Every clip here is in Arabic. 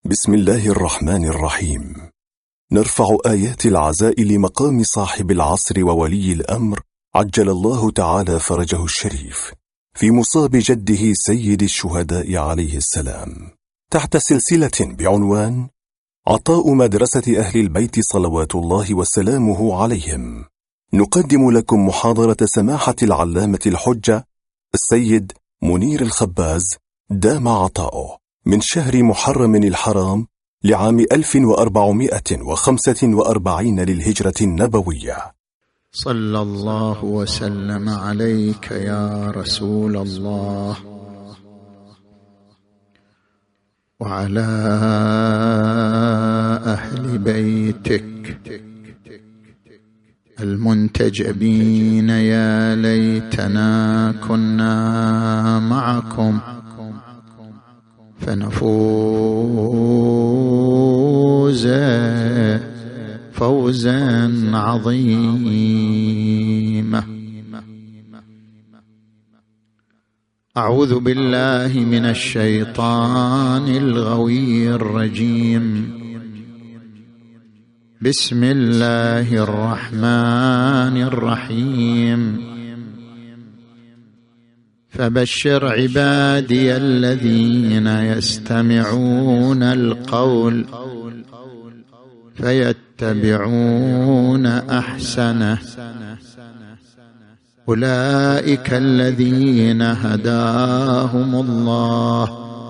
بسم الله الرحمن الرحيم. نرفع آيات العزاء لمقام صاحب العصر وولي الأمر عجل الله تعالى فرجه الشريف في مصاب جده سيد الشهداء عليه السلام، تحت سلسلة بعنوان عطاء مدرسة أهل البيت صلوات الله وسلامه عليهم. نقدم لكم محاضرة سماحة العلامة الحجة السيد منير الخباز دام عطاؤه من شهر محرم الحرام لعام 1445 للهجرة النبوية. صلى الله وسلم عليك يا رسول الله وعلى أهل بيتك المنتجبين. يا ليتنا كنا معكم فنفوز فوزا عظيما. أعوذ بالله من الشيطان الغوي الرجيم. بسم الله الرحمن الرحيم. فبشر عبادي الذين يستمعون القول فيتبعون أحسنه أولئك الذين هداهم الله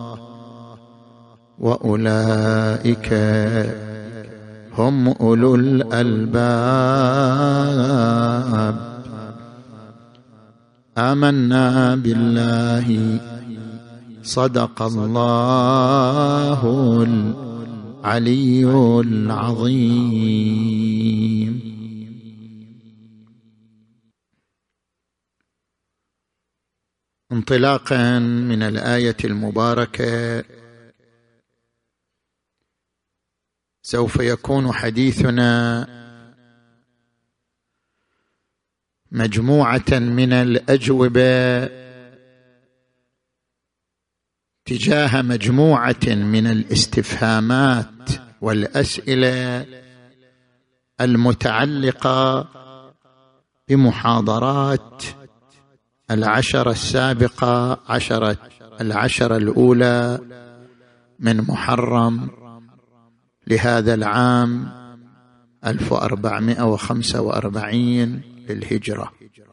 وأولئك هم أولو الألباب. آمنا بالله صدق الله العلي العظيم. انطلاقا من الآية المباركة سوف يكون حديثنا مجموعة من الأجوبة تجاه مجموعة من الاستفهامات والأسئلة المتعلقة بمحاضرات العشرة السابقة، العشرة الأولى من محرم لهذا العام 1445 للهجرة.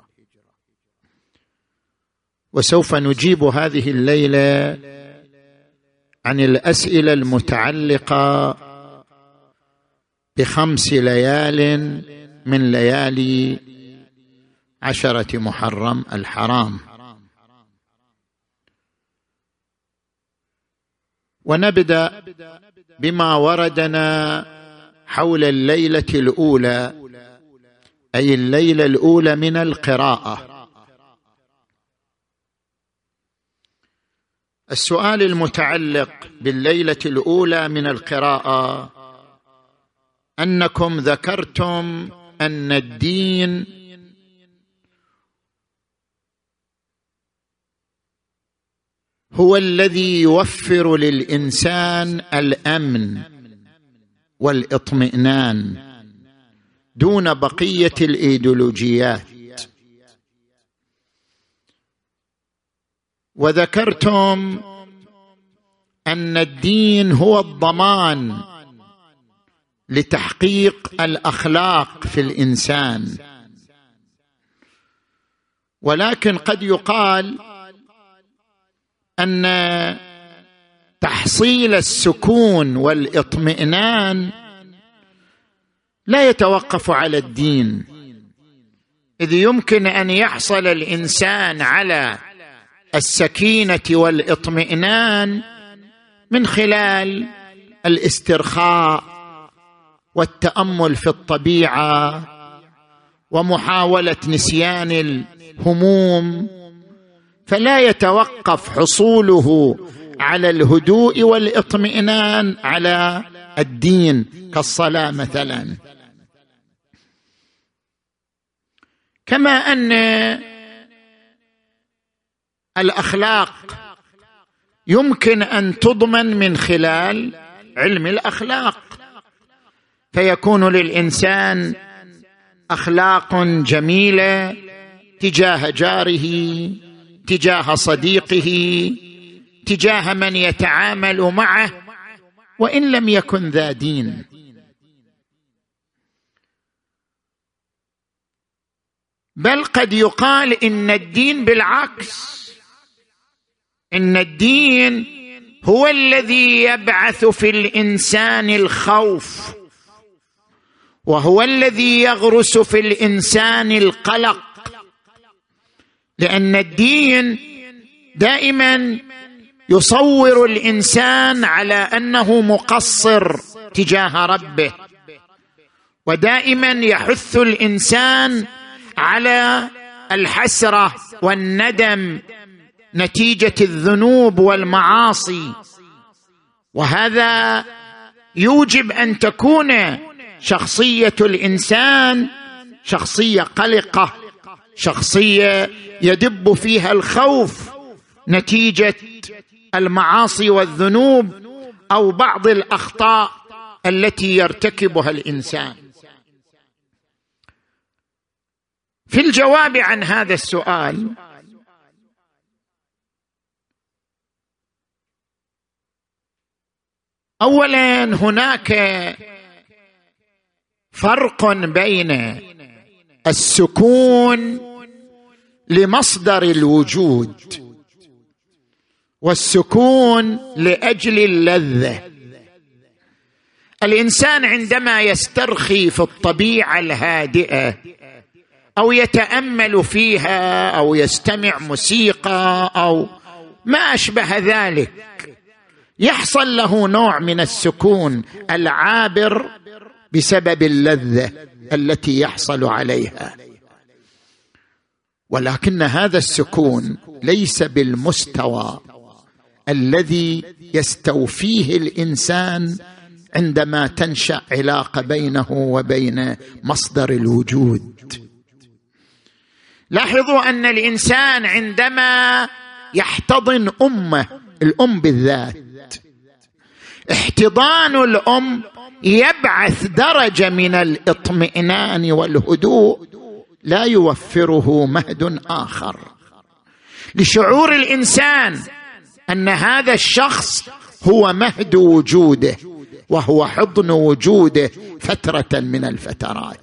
وسوف نجيب هذه الليلة عن الأسئلة المتعلقة ب5 ليال من ليالي 10 محرم الحرام. ونبدأ بما وردنا حول الليلة الأولى، أي الليلة الأولى من القراءة. السؤال المتعلق بالليلة الأولى من القراءة: أنكم ذكرتم أن الدين هو الذي يوفر للإنسان الأمن والاطمئنان دون بقية الإيديولوجيات، وذكرتم أن الدين هو الضمان لتحقيق الأخلاق في الإنسان. ولكن قد يقال أن تحصيل السكون والاطمئنان لا يتوقف على الدين، إذ يمكن أن يحصل الإنسان على السكينة والاطمئنان من خلال الاسترخاء والتأمل في الطبيعة ومحاولة نسيان الهموم، فلا يتوقف حصوله على الهدوء والاطمئنان على الدين كالصلاة مثلا. كما أن الأخلاق يمكن أن تضمن من خلال علم الأخلاق، فيكون للإنسان أخلاق جميلة تجاه جاره، تجاه صديقه، تجاه من يتعامل معه وإن لم يكن ذا دين. بل قد يقال إن الدين بالعكس، إن الدين هو الذي يبعث في الإنسان الخوف، وهو الذي يغرس في الإنسان القلق، لأن الدين دائما يصور الإنسان على أنه مقصر تجاه ربه، ودائما يحث الإنسان على الحسرة والندم نتيجة الذنوب والمعاصي. وهذا يوجب أن تكون شخصية الإنسان شخصية قلقة، شخصية يدب فيها الخوف نتيجة المعاصي والذنوب أو بعض الأخطاء التي يرتكبها الإنسان. في الجواب عن هذا السؤال أولا هناك فرق بين السكون لمصدر الوجود والسكون لأجل اللذة. الإنسان عندما يسترخي في الطبيعة الهادئة أو يتأمل فيها أو يستمع موسيقى أو ما أشبه ذلك، يحصل له نوع من السكون العابر بسبب اللذة التي يحصل عليها. ولكن هذا السكون ليس بالمستوى الذي يستوفيه الإنسان عندما تنشأ علاقة بينه وبين مصدر الوجود. لاحظوا أن الإنسان عندما يحتضن أمه، الأم بالذات، احتضان الأم يبعث درجة من الاطمئنان والهدوء لا يوفره مهد آخر، لشعور الإنسان أن هذا الشخص هو مهد وجوده وهو حضن وجوده فترة من الفترات.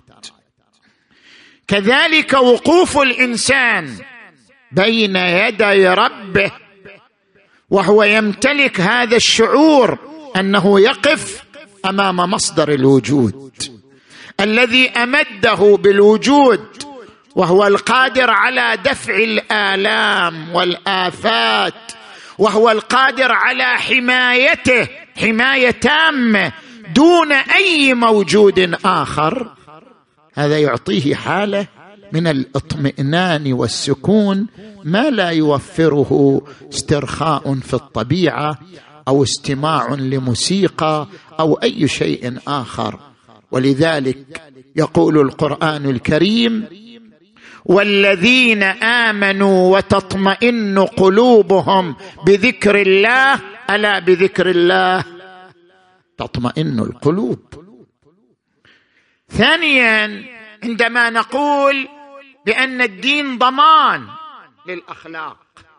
كذلك وقوف الإنسان بين يدي ربه وهو يمتلك هذا الشعور أنه يقف أمام مصدر الوجود الذي أمده بالوجود، وهو القادر على دفع الآلام والآفات، وهو القادر على حمايته حماية تامة دون أي موجود آخر. هذا يعطيه حالة من الاطمئنان والسكون ما لا يوفره استرخاء في الطبيعة أو استماع لموسيقى أو أي شيء آخر. ولذلك يقول القرآن الكريم: والذين آمنوا وتطمئن قلوبهم بذكر الله، ألا بذكر الله تطمئن القلوب. ثانيا، عندما نقول بأن الدين ضمان للأخلاق،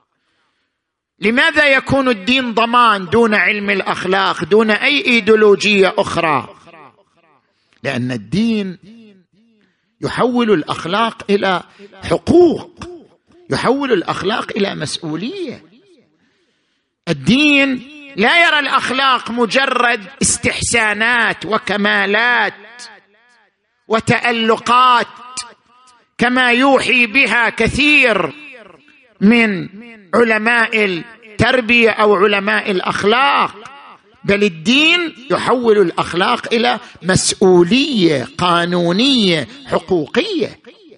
لماذا يكون الدين ضمان دون علم الأخلاق، دون أي إيديولوجية أخرى؟ لأن الدين يحول الأخلاق إلى حقوق، يحول الأخلاق إلى مسؤولية. الدين لا يرى الأخلاق مجرد استحسانات وكمالات وتألقات كما يوحي بها كثير من علماء التربية أو علماء الأخلاق، بل الدين يحول الأخلاق إلى مسؤولية قانونية حقوقية.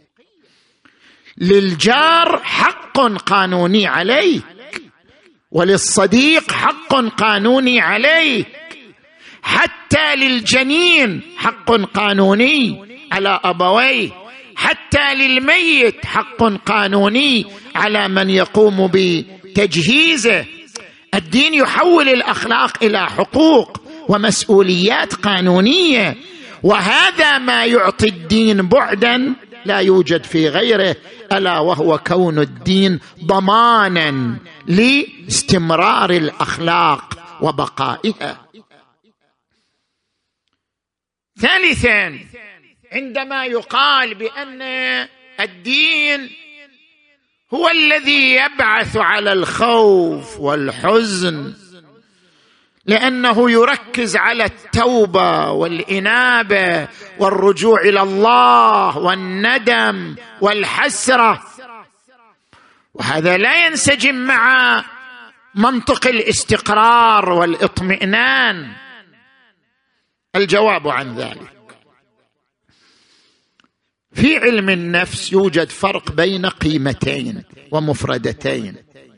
للجار حق قانوني عليك، وللصديق حق قانوني عليك، حتى للجنين حق قانوني على أبويه، حتى للميت حق قانوني على من يقوم بتجهيزه. الدين يحول الأخلاق إلى حقوق، ومسؤوليات قانونية، وهذا ما يعطي الدين بعدا لا يوجد في غيره، ألا وهو كون الدين ضمانا لاستمرار الأخلاق وبقائها. ثالثا، عندما يقال بأن الدين هو الذي يبعث على الخوف والحزن لأنه يركز على التوبة والإنابة والرجوع إلى الله والندم والحسرة، وهذا لا ينسجم مع منطق الاستقرار والاطمئنان. الجواب عن ذلك: في علم النفس يوجد فرق بين قيمتين ومفردتين: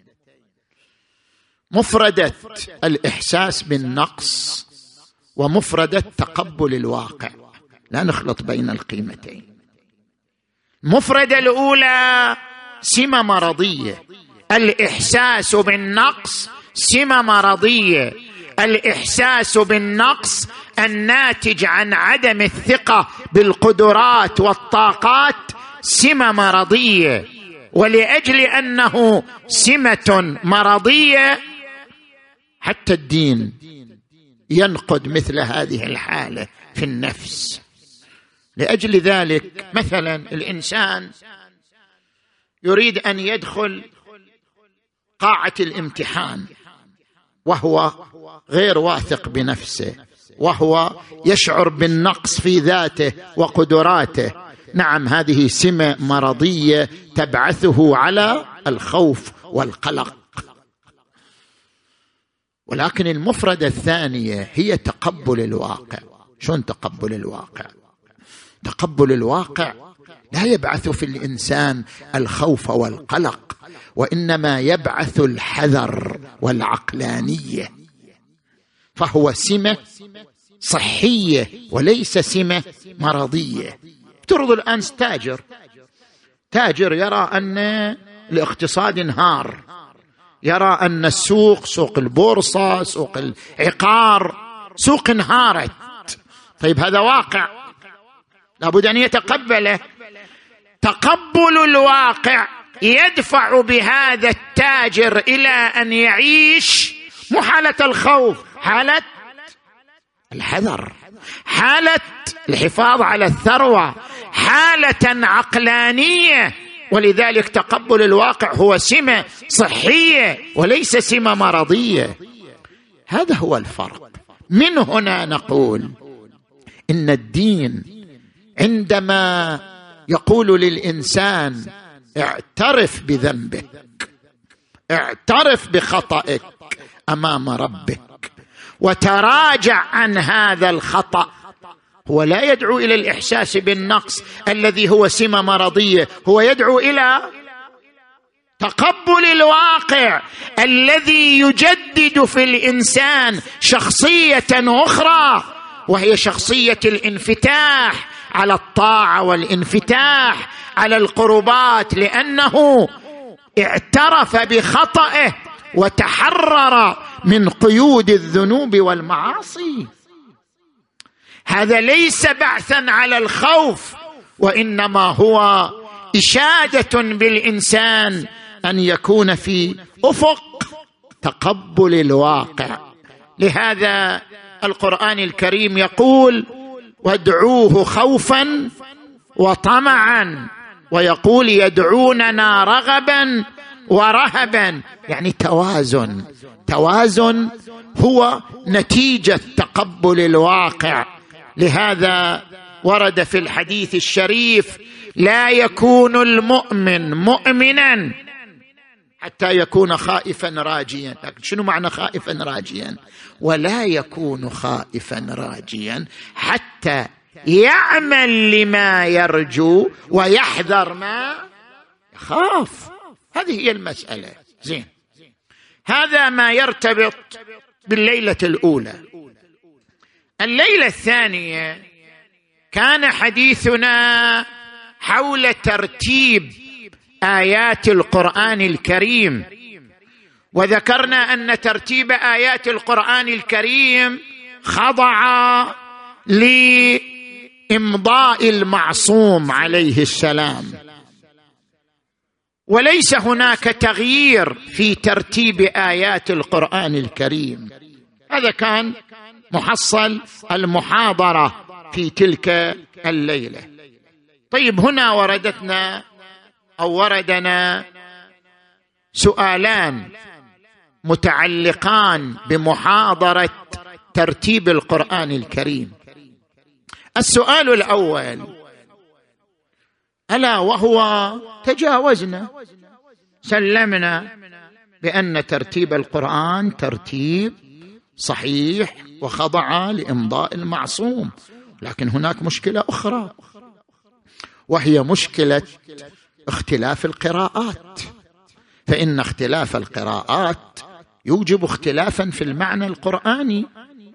مفردة الإحساس بالنقص ومفردة تقبل الواقع. لا نخلط بين القيمتين. المفردة الأولى سمة مرضية، الإحساس بالنقص سمة مرضية، الإحساس بالنقص الناتج عن عدم الثقة بالقدرات والطاقات سمة مرضية، ولأجل أنه سمة مرضية حتى الدين ينقد مثل هذه الحالة في النفس. لأجل ذلك مثلا الإنسان يريد أن يدخل قاعة الامتحان وهو غير واثق بنفسه، وهو يشعر بالنقص في ذاته وقدراته. نعم، هذه سمة مرضية تبعثه على الخوف والقلق. ولكن المفردة الثانية هي تقبل الواقع. شلون تقبل الواقع؟ تقبل الواقع لا يبعث في الإنسان الخوف والقلق، وإنما يبعث الحذر والعقلانية، فهو سمة صحية وليس سمة مرضية. افترض الآن تاجر يرى أن الاقتصاد انهار، يرى أن السوق، سوق البورصة، سوق العقار، سوق انهارت. طيب هذا واقع لابد أن يتقبله. تقبل الواقع يدفع بهذا التاجر إلى أن يعيش مو حالة الخوف، حالة الحذر، حالة الحفاظ على الثروة، حالة عقلانية. ولذلك تقبل الواقع هو سمة صحية وليس سمة مرضية. هذا هو الفرق. من هنا نقول إن الدين عندما يقول للإنسان اعترف بذنبك، اعترف بخطئك أمام ربك وتراجع عن هذا الخطأ، هو لا يدعو إلى الإحساس بالنقص الذي هو سمة مرضية، هو يدعو إلى تقبل الواقع الذي يجدد في الإنسان شخصية أخرى، وهي شخصية الانفتاح على الطاعة والانفتاح على القربات، لأنه اعترف بخطئه وتحرر من قيود الذنوب والمعاصي. هذا ليس بعثا على الخوف، وإنما هو إشادة بالإنسان أن يكون في أفق تقبل الواقع. لهذا القرآن الكريم يقول وادعوه خوفا وطمعا، ويقول يدعوننا رغبا ورهبا، يعني توازن هو نتيجة تقبل الواقع. لهذا ورد في الحديث الشريف لا يكون المؤمن مؤمنا حتى يكون خائفا راجيا. لكن شنو معنى خائفا راجيا؟ ولا يكون خائفا راجيا حتى يعمل لما يرجو ويحذر ما يخاف. هذه هي المسألة. زين، هذا ما يرتبط بالليلة الأولى. الليلة الثانية كان حديثنا حول ترتيب آيات القرآن الكريم، وذكرنا أن ترتيب آيات القرآن الكريم خضع لإمضاء المعصوم عليه السلام، وليس هناك تغيير في ترتيب آيات القرآن الكريم. هذا كان محصل المحاضرة في تلك الليلة. طيب، هنا وردنا سؤالان متعلقان بمحاضرة ترتيب القرآن الكريم. السؤال الأول، ألا وهو تجاوزنا، سلمنا بأن ترتيب القرآن ترتيب صحيح وخضع لإمضاء المعصوم، لكن هناك مشكلة أخرى، وهي مشكلة اختلاف القراءات، فإن اختلاف القراءات يوجب اختلافا في المعنى القرآني.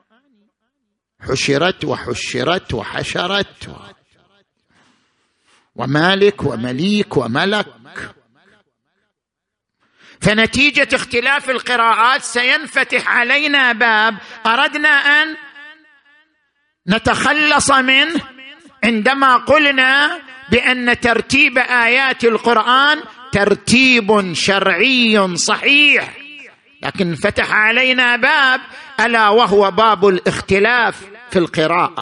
حشرت وحشرت وحشرت ومالك ومليك وملك، فنتيجة اختلاف القراءات سينفتح علينا باب أردنا أن نتخلص منه عندما قلنا بأن ترتيب آيات القرآن ترتيب شرعي صحيح، لكن فتح علينا باب، ألا وهو باب الاختلاف في القراءة.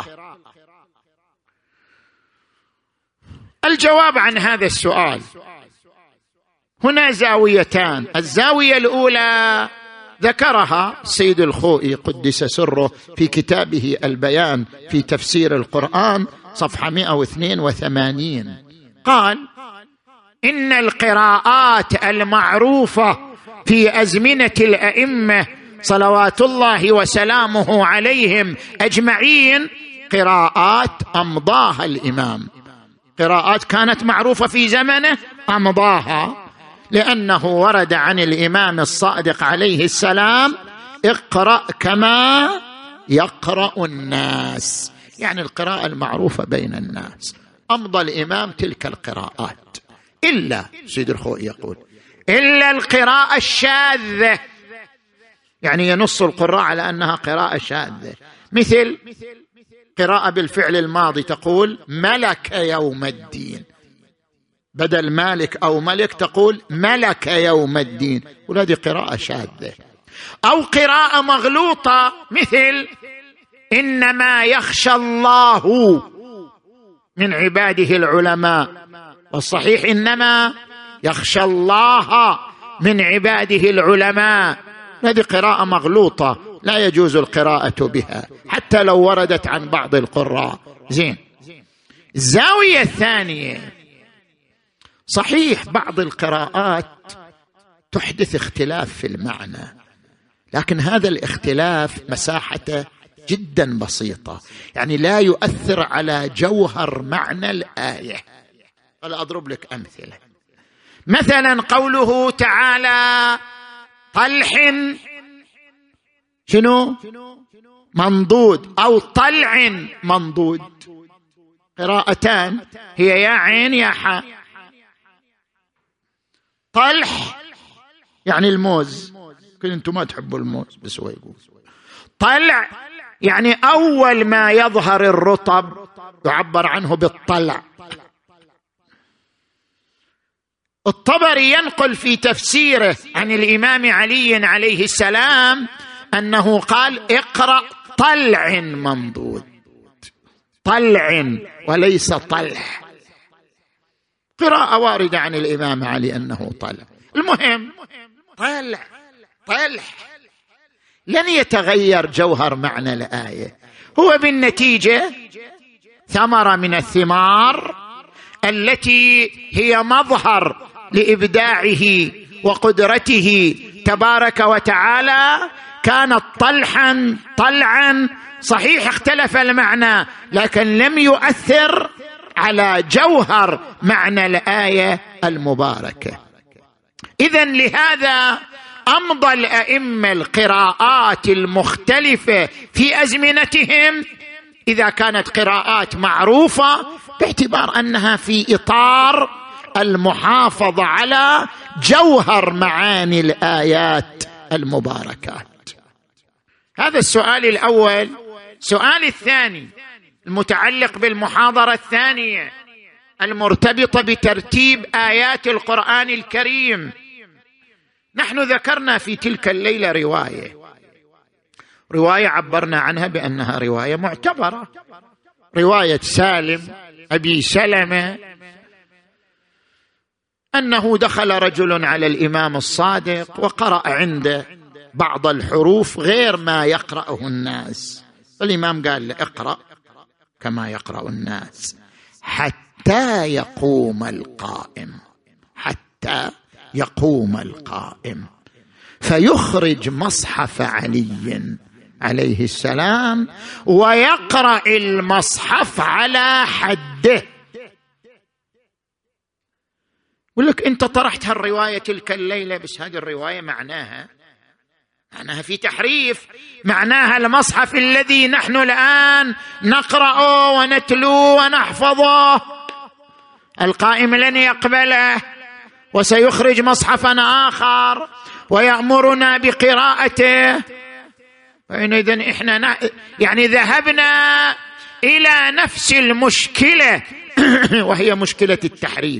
الجواب عن هذا السؤال هنا زاويتان. الزاوية الأولى ذكرها السيد الخوئي قدس سره في كتابه البيان في تفسير القرآن صفحة 182، قال: إن القراءات المعروفة في أزمنة الأئمة صلوات الله وسلامه عليهم أجمعين قراءات أمضاها الإمام، قراءات كانت معروفة في زمنه أمضاها، لأنه ورد عن الإمام الصادق عليه السلام: اقرأ كما يقرأ الناس، يعني القراءة المعروفة بين الناس. أمضى الإمام تلك القراءات، إلا سيد الخوئي يقول إلا القراءة الشاذة، يعني ينص القراء على أنها قراءة شاذة، مثل قراءة بالفعل الماضي تقول ملك يوم الدين، بدل مالك أو ملك تقول ملك يوم الدين، وهذه قراءة شاذة. أو قراءة مغلوطة مثل إنما يخشى الله من عباده العلماء، والصحيح إنما يخشى الله من عباده العلماء، هذه قراءة مغلوطة لا يجوز القراءة بها حتى لو وردت عن بعض القراء. زين. الزاوية الثانية، صحيح بعض القراءات تحدث اختلاف في المعنى، لكن هذا الاختلاف مساحته جدا بسيطة، يعني لا يؤثر على جوهر معنى الآية. أضرب لك أمثلة. مثلا قوله تعالى طلح شنو منضود، أو طلع منضود، قراءتان هي يا عين يا حاء. طلح يعني الموز، كل انتم ما تحبوا الموز بس هو يقول طلع يعني أول ما يظهر الرطب يعبر عنه بالطلع. الطبري ينقل في تفسيره عن الإمام علي عليه السلام أنه قال اقرأ طلع منضود، طلع وليس طلح، قراءة واردة عن الإمام علي أنه طلع. المهم طلح لن يتغير جوهر معنى الآية، هو بالنتيجة ثمرة من الثمار التي هي مظهر لإبداعه وقدرته تبارك وتعالى. كانت طلعا صحيح اختلف المعنى، لكن لم يؤثر على جوهر معنى الآية المباركة. إذن لهذا أمضى الأئمة القراءات المختلفة في أزمنتهم إذا كانت قراءات معروفة باعتبار أنها في إطار المحافظة على جوهر معاني الآيات المباركات. هذا السؤال الأول السؤال الثاني المتعلق بالمحاضرة الثانية المرتبطة بترتيب آيات القرآن الكريم. نحن ذكرنا في تلك الليلة رواية عبرنا عنها بأنها رواية معتبرة، رواية سالم أبي سلمة أنه دخل رجل على الإمام الصادق وقرأ عنده بعض الحروف غير ما يقرأه الناس، الإمام قال له اقرأ كما يقرأ الناس حتى يقوم القائم، حتى يقوم القائم، فيخرج مصحف علي عليه السلام ويقرأ المصحف على حده. يقول لك أنت طرحت هالرواية تلك الليلة، بس هذه الرواية معناها في تحريف، معناها المصحف الذي نحن الآن نقرأه ونتلوه ونحفظه القائم لن يقبله وسيخرج مصحفا آخر ويأمرنا بقراءته. فإذن إحنا ذهبنا إلى نفس المشكلة وهي مشكلة التحريف.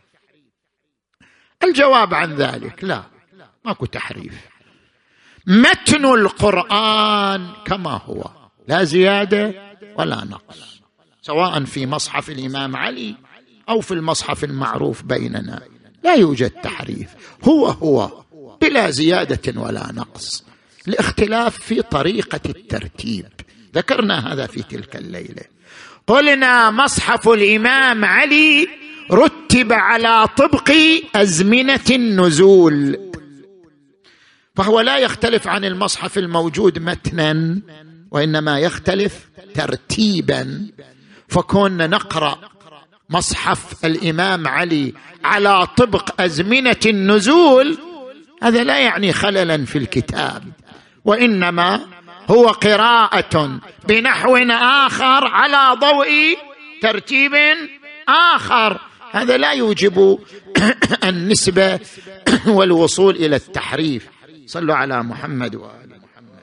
الجواب عن ذلك لا، ماكو تحريف، متن القرآن كما هو لا زيادة ولا نقص، سواء في مصحف الإمام علي أو في المصحف المعروف بيننا، لا يوجد تحريف، هو بلا زيادة ولا نقص، الاختلاف في طريقة الترتيب. ذكرنا هذا في تلك الليلة، قلنا مصحف الإمام علي رتب على طبق أزمنة النزول، فهو لا يختلف عن المصحف الموجود متنا، وإنما يختلف ترتيبا. فكنا نقرأ مصحف الإمام علي على طبق أزمنة النزول، هذا لا يعني خللا في الكتاب، وإنما هو قراءة بنحو آخر على ضوء ترتيب آخر، هذا لا يوجب النسبة والوصول إلى التحريف. صلوا على محمد وآل محمد.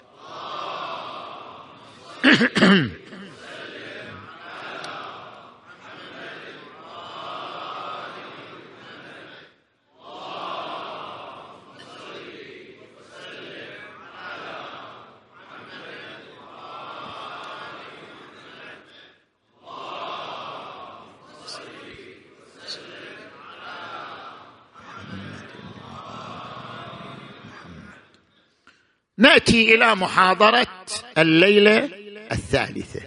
نأتي إلى محاضرة الليلة الثالثة.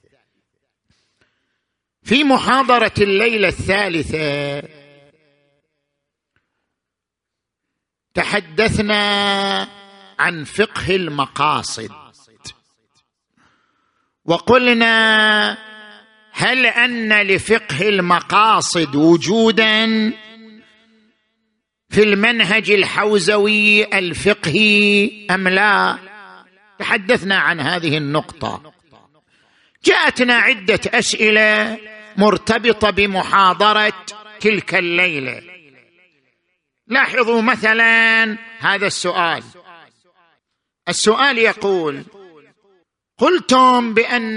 في محاضرة الليلة الثالثة تحدثنا عن فقه المقاصد، وقلنا هل أن لفقه المقاصد وجودا في المنهج الحوزوي الفقهي أم لا؟ تحدثنا عن هذه النقطة. جاءتنا عدة أسئلة مرتبطة بمحاضرة تلك الليلة. لاحظوا مثلا هذا السؤال يقول: قلتم بأن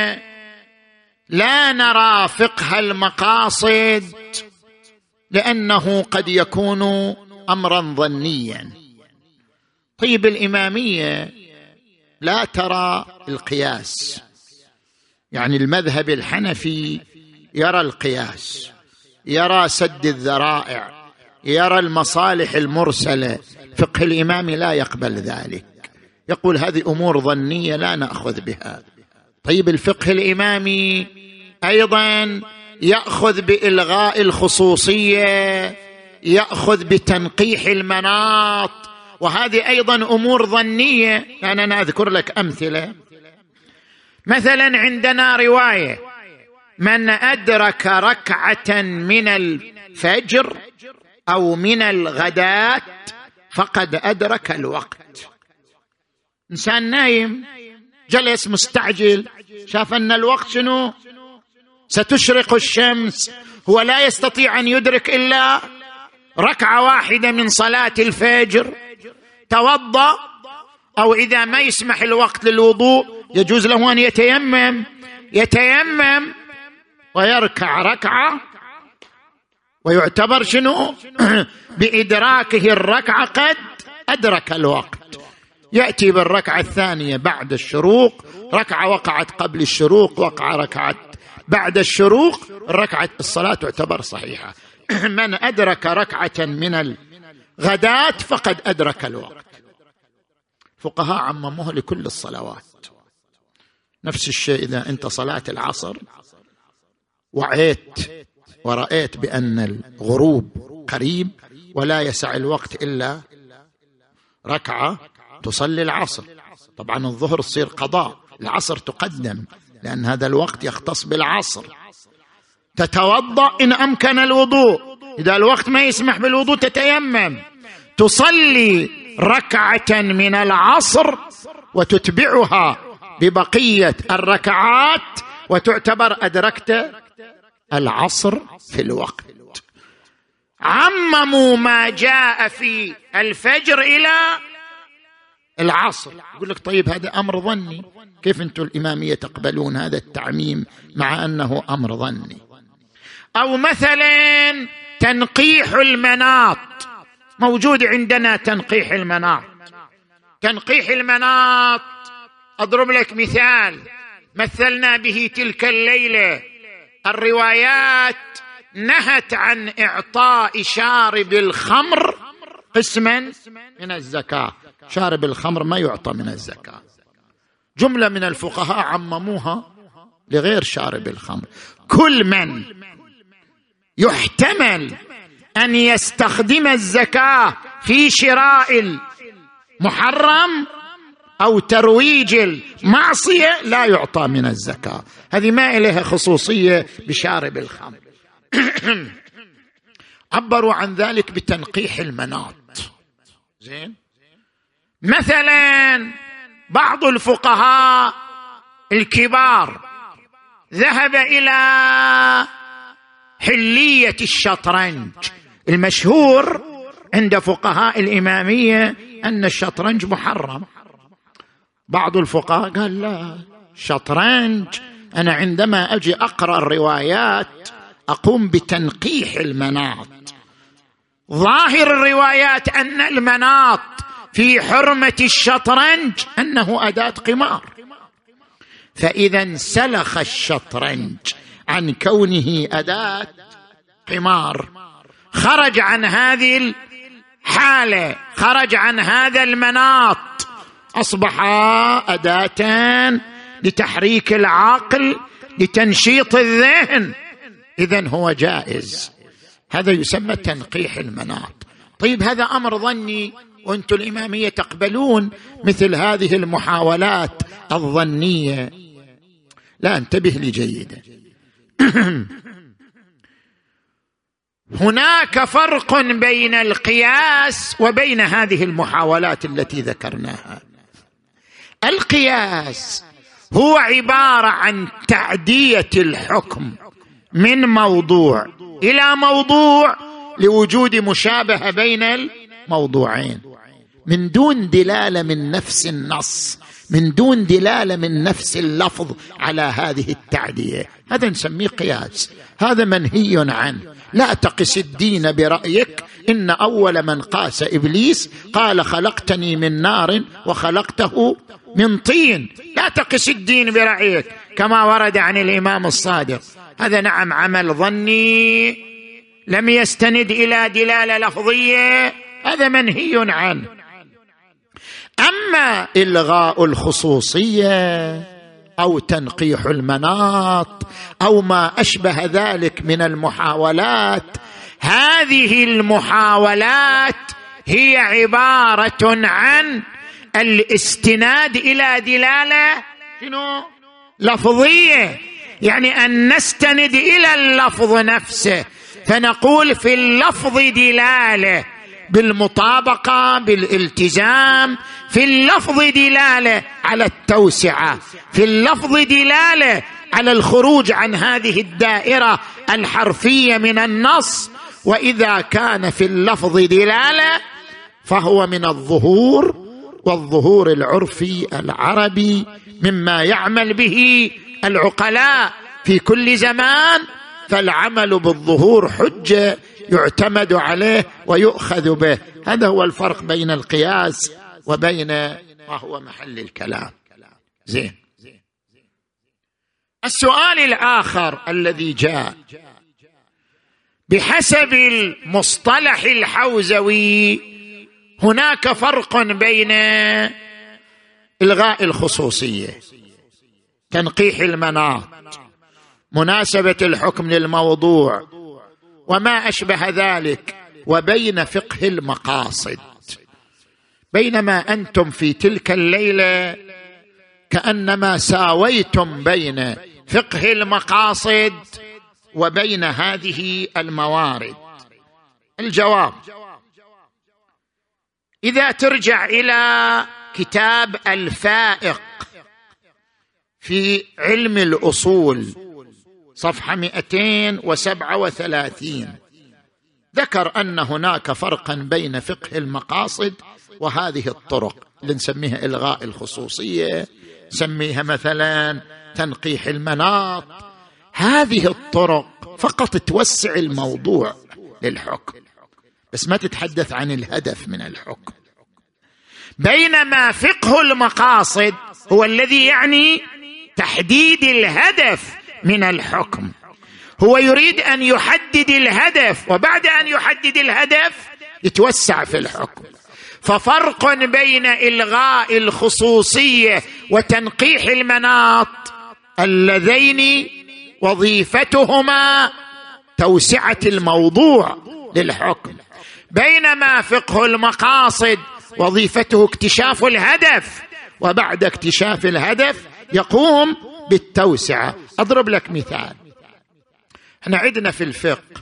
لا نرى فقه المقاصد لأنه قد يكون أمرا ظنيا. طيب الإمامية لا ترى القياس، يعني المذهب الحنفي يرى القياس، يرى سد الذرائع، يرى المصالح المرسلة. فقه الإمام لا يقبل ذلك، يقول هذه أمور ظنية لا نأخذ بها. طيب الفقه الإمامي أيضا يأخذ بإلغاء الخصوصية، يأخذ بتنقيح المناط، وهذه أيضا أمور ظنية. أنا أذكر لك أمثلة. مثلا عندنا رواية: من أدرك ركعة من الفجر أو من الغداة فقد أدرك الوقت. إنسان نايم جلس مستعجل، شاف أن الوقت شنو؟ ستشرق الشمس، هو لا يستطيع أن يدرك إلا ركعة واحدة من صلاة الفجر، توضأ، أو إذا ما يسمح الوقت للوضوء يجوز له أن يتيمم ويركع ركعة، ويعتبر شنو؟ بإدراكه الركعة قد أدرك الوقت. يأتي بالركعة الثانية بعد الشروق، ركعة وقعت قبل الشروق، ركعت بعد الشروق، الصلاة تعتبر صحيحة. من أدرك ركعة من الغداة فقد أدرك الوقت. فقهاء عمموها لكل الصلوات. نفس الشيء إذا أنت صلاة العصر وعيت ورأيت بأن الغروب قريب ولا يسع الوقت إلا ركعة، تصلي العصر. طبعا الظهر تصير قضاء، العصر تقدم لأن هذا الوقت يختص بالعصر. تتوضأ إن أمكن الوضوء، إذا الوقت ما يسمح بالوضوء تتيمم، تصلي ركعة من العصر وتتبعها ببقية الركعات، وتعتبر أدركت العصر في الوقت. عمموا ما جاء في الفجر إلى العصر. يقول لك طيب هذا أمر ظني، كيف أنتم الإمامية تقبلون هذا التعميم مع أنه أمر ظني؟ أو مثلا تنقيح المناط، موجود عندنا تنقيح المناط. تنقيح المناط أضرب لك مثال مثلنا به تلك الليلة. الروايات نهت عن إعطاء شارب الخمر قسما من الزكاة. شارب الخمر ما يعطى من الزكاة. جملة من الفقهاء عمموها لغير شارب الخمر. كل من يحتمل أن يستخدم الزكاة في شراء المحرم أو ترويج المعصية لا يعطى من الزكاة. هذه ما إليها خصوصية بشارب الخمر. عبروا عن ذلك بتنقيح المناط. زين، مثلا بعض الفقهاء الكبار ذهب إلى حلية الشطرنج. المشهور عند فقهاء الإمامية أن الشطرنج محرم. بعض الفقهاء قال لا، شطرنج أنا عندما أجي أقرأ الروايات أقوم بتنقيح المناط. ظاهر الروايات أن المناط في حرمة الشطرنج أنه أداة قمار، فإذا انسلخ الشطرنج عن كونه أداة قمار، خرج عن هذه الحالة، خرج عن هذا المناط، أصبح أداة لتحريك العقل، لتنشيط الذهن، إذن هو جائز. هذا يسمى تنقيح المناط. طيب هذا أمر ظني وأنتم الإمامية تقبلون مثل هذه المحاولات الظنية. لا، انتبه لي جيدا. هناك فرق بين القياس وبين هذه المحاولات التي ذكرناها. القياس هو عبارة عن تعدية الحكم من موضوع إلى موضوع لوجود مشابهة بين الموضوعين، من دون دلالة من نفس النص، من دون دلالة من نفس اللفظ على هذه التعدية. هذا نسميه قياس، هذا منهي عنه. لا تقس الدين برأيك. إن أول من قاس إبليس قال خلقتني من نار وخلقته من طين. لا تقس الدين برأيك كما ورد عن الإمام الصادق. هذا نعم عمل ظني لم يستند إلى دلالة لفظية، هذا منهي عنه. أما إلغاء الخصوصية أو تنقيح المناط أو ما أشبه ذلك من المحاولات، هذه المحاولات هي عبارة عن الاستناد إلى دلالة لفظية، يعني أن نستند إلى اللفظ نفسه، فنقول في اللفظ دلالة بالمطابقة بالالتزام، في اللفظ دلالة على التوسعة، في اللفظ دلالة على الخروج عن هذه الدائرة الحرفية من النص. وإذا كان في اللفظ دلالة فهو من الظهور، والظهور العرفي العربي مما يعمل به العقلاء في كل زمان، فالعمل بالظهور حجة يعتمد عليه ويؤخذ به. هذا هو الفرق بين القياس وبين ما هو محل الكلام. زين. السؤال الآخر الذي جاء: بحسب المصطلح الحوزوي هناك فرق بين إلغاء الخصوصية، تنقيح المناط، مناسبة الحكم للموضوع وما أشبه ذلك، وبين فقه المقاصد. بينما أنتم في تلك الليلة كأنما ساويتم بين فقه المقاصد وبين هذه الموارد. الجواب: إذا ترجع إلى كتاب الفائق في علم الأصول صفحة 237 ذكر أن هناك فرقا بين فقه المقاصد وهذه الطرق اللي نسميها إلغاء الخصوصية، نسميها مثلا تنقيح المناط. هذه الطرق فقط توسع الموضوع للحكم، بس ما تتحدث عن الهدف من الحكم. بينما فقه المقاصد هو الذي يعني تحديد الهدف من الحكم، هو يريد أن يحدد الهدف، وبعد أن يحدد الهدف يتوسع في الحكم. ففرق بين إلغاء الخصوصية وتنقيح المناط اللذين وظيفتهما توسعة الموضوع للحكم، بينما فقه المقاصد وظيفته اكتشاف الهدف، وبعد اكتشاف الهدف يقوم بالتوسعة. أضرب لك مثال. احنا عندنا في الفقه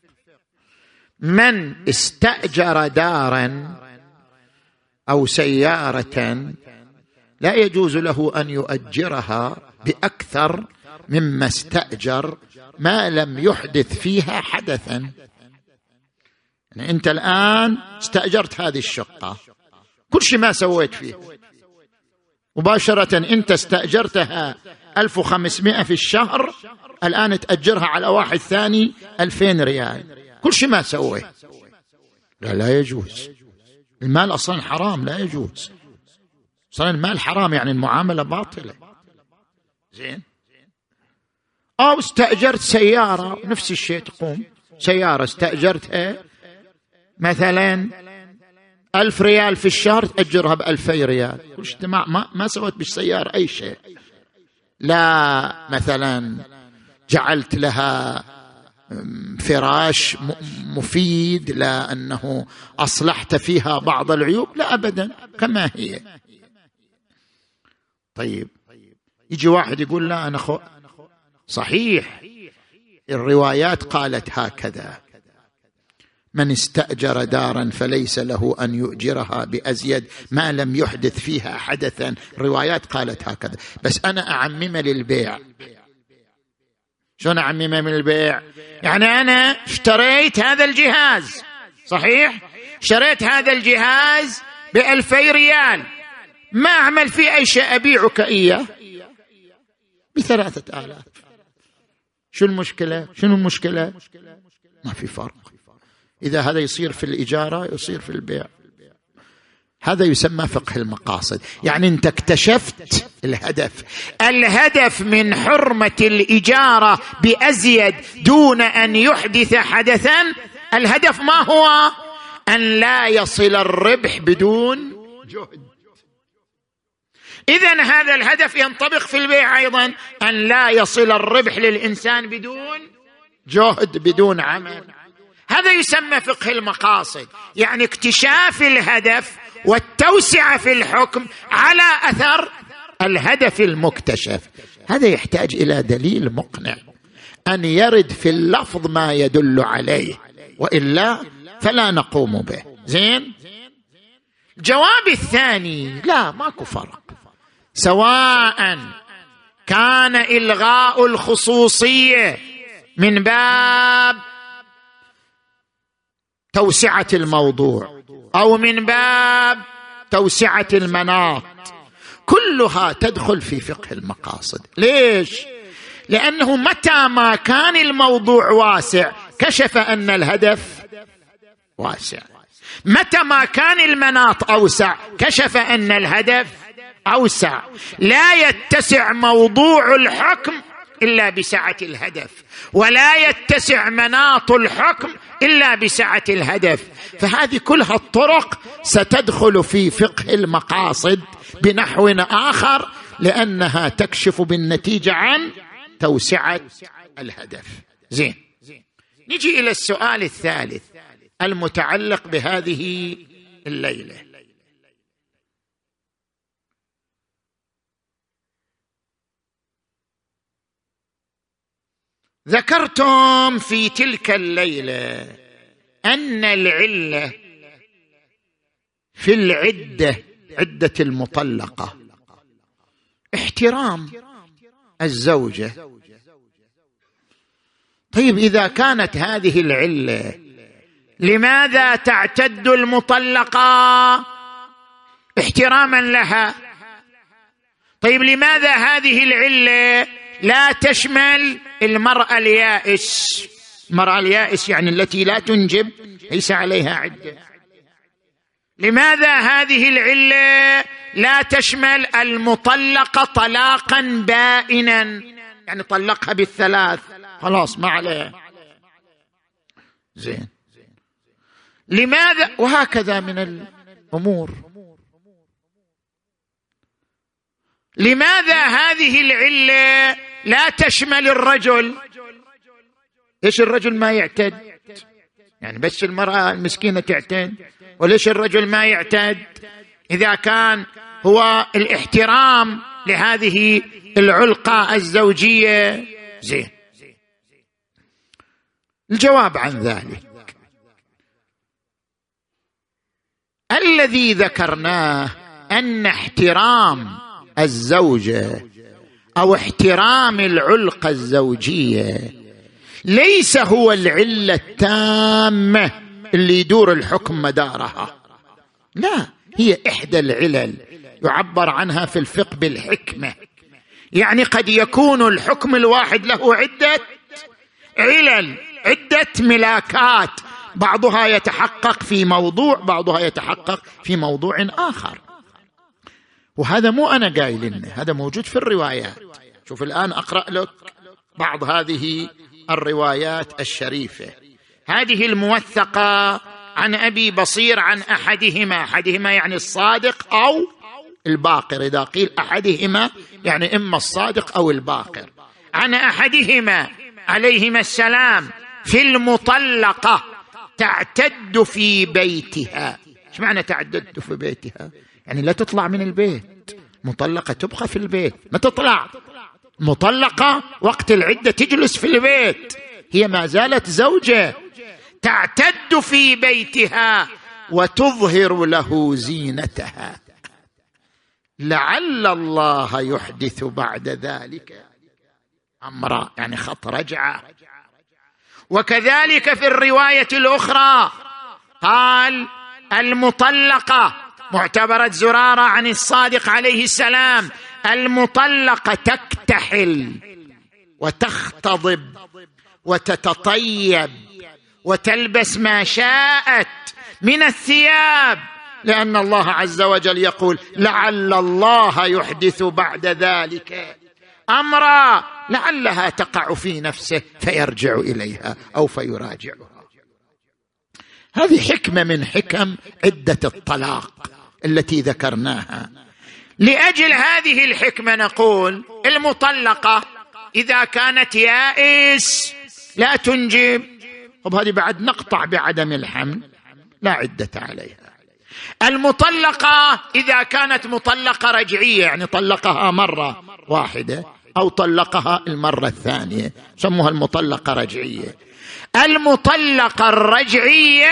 من استأجر دارا أو سيارة لا يجوز له أن يؤجرها بأكثر مما استأجر ما لم يحدث فيها حدثا. يعني أنت الآن استأجرت هذه الشقة، كل شيء ما سويت فيه، مباشرة أنت استأجرتها 1500 في الشهر، الآن تأجرها على واحد ثاني 2000 ريال، كل شيء ما سويت. لا يجوز. المال أصلا حرام، لا يجوز. أصلا المال حرام، يعني المعاملة باطلة. زين. أو استأجرت سيارة، نفس الشيء تقوم سيارة استأجرتها مثلا 1000 ريال في الشهر، تأجرها ب2000 ريال، كل شيء ما سويت بالسيارة أي شيء. لا مثلا جعلت لها فراش مفيد، لا أنه أصلحت فيها بعض العيوب، لا أبدا كما هي. طيب يجي واحد يقول لا أنا صحيح الروايات قالت هكذا: من استأجر دارا فليس له أن يؤجرها بأزيد ما لم يحدث فيها حدثا، الروايات قالت هكذا، بس أنا أعمم للبيع. شلون أعمم من البيع؟ يعني أنا اشتريت هذا الجهاز، صحيح اشتريت هذا الجهاز ب2000 ريال، ما أعمل فيه أي شيء، أبيعك إياه ب3000. شو المشكلة؟ شنو المشكلة؟ ما في فرق. إذا هذا يصير في الإجارة يصير في البيع. هذا يسمى فقه المقاصد. يعني أنت اكتشفت الهدف من حرمة الإجارة بأزيد دون أن يحدث حدثا. الهدف ما هو؟ أن لا يصل الربح بدون جهد. إذن هذا الهدف ينطبق في البيع أيضا، أن لا يصل الربح للإنسان بدون جهد، بدون عمل. هذا يسمى فقه المقاصد، يعني اكتشاف الهدف والتوسعة في الحكم على أثر الهدف المكتشف. هذا يحتاج إلى دليل مقنع، أن يرد في اللفظ ما يدل عليه، وإلا فلا نقوم به. زين. الجواب الثاني: لا، ماكو فرق، سواء كان إلغاء الخصوصية من باب توسعة الموضوع أو من باب توسعة المناط، كلها تدخل في فقه المقاصد. ليش؟ لأنه متى ما كان الموضوع واسع كشف أن الهدف واسع، متى ما كان المناط أوسع كشف أن الهدف أوسع. لا يتسع موضوع الحكم إلا بسعة الهدف، ولا يتسع مناط الحكم إلا بسعة الهدف. فهذه كلها الطرق ستدخل في فقه المقاصد بنحو آخر، لأنها تكشف بالنتيجة عن توسعة الهدف. زين، نجي إلى السؤال الثالث المتعلق بهذه الليلة. ذكرتم في تلك الليلة أن العلة في العدة، عدة المطلقة، احترام الزوجة. طيب إذا كانت هذه العلة، لماذا تعتد المطلقة؟ احتراما لها. طيب لماذا هذه العلة لا تشمل المرأة اليائس؟ المرأة اليائس يعني التي لا تنجب، ليس عليها عدة. لماذا هذه العلة لا تشمل المطلقة طلاقا بائنا، يعني طلقها بالثلاث خلاص ما عليها؟ زين، لماذا؟ وهكذا من الأمور. لماذا هذه العلة لا تشمل الرجل؟ ليش الرجل ما يعتد؟ يعني بس المرأة المسكينة تعتد، وليش الرجل ما يعتد؟ إذا كان هو الاحترام لهذه العلاقة الزوجية. زين، الجواب عن ذلك الذي ذكرناه، أن احترام الزوجة أو احترام العلاقة الزوجية ليس هو العلة التامة اللي يدور الحكم مدارها، لا، هي إحدى العلل يعبر عنها في الفقه بالحكمة. يعني قد يكون الحكم الواحد له عدة علل، عدة ملاكات، بعضها يتحقق في موضوع، بعضها يتحقق في موضوع آخر. وهذا مو أنا قايل لنا، هذا موجود في الروايات. شوف الآن أقرأ لك بعض هذه الروايات الشريفة، هذه الموثقة عن أبي بصير عن أحدهما يعني الصادق أو الباقر. إذا قيل أحدهما يعني إما الصادق أو الباقر. عن أحدهما عليهما السلام في المطلقة تعتد في بيتها. ايش معنى تعتد في بيتها؟ يعني لا تطلع من البيت، مطلقة تبقى في البيت، ما تطلع. مطلقة وقت العدة تجلس في البيت، هي ما زالت زوجة. تعتد في بيتها وتظهر له زينتها لعل الله يحدث بعد ذلك أمرا، يعني خط رجعة. وكذلك في الرواية الأخرى قال المطلقة، معتبرة زرارة عن الصادق عليه السلام، المطلقة تكتحل وتختضب وتتطيب وتلبس ما شاءت من الثياب، لأن الله عز وجل يقول لعل الله يحدث بعد ذلك أمرا، لعلها تقع في نفسه فيرجع إليها أو فيراجعها. هذه حكمة من حكم عدة الطلاق التي ذكرناها. لأجل هذه الحكمة نقول المطلقة إذا كانت يائس لا تنجب، طب هذه بعد نقطع بعدم الحمل، لا عدة عليها. المطلقة إذا كانت مطلقة رجعية، يعني طلقها مرة واحدة أو طلقها المرة الثانية، سموها المطلقة رجعية. المطلقة الرجعية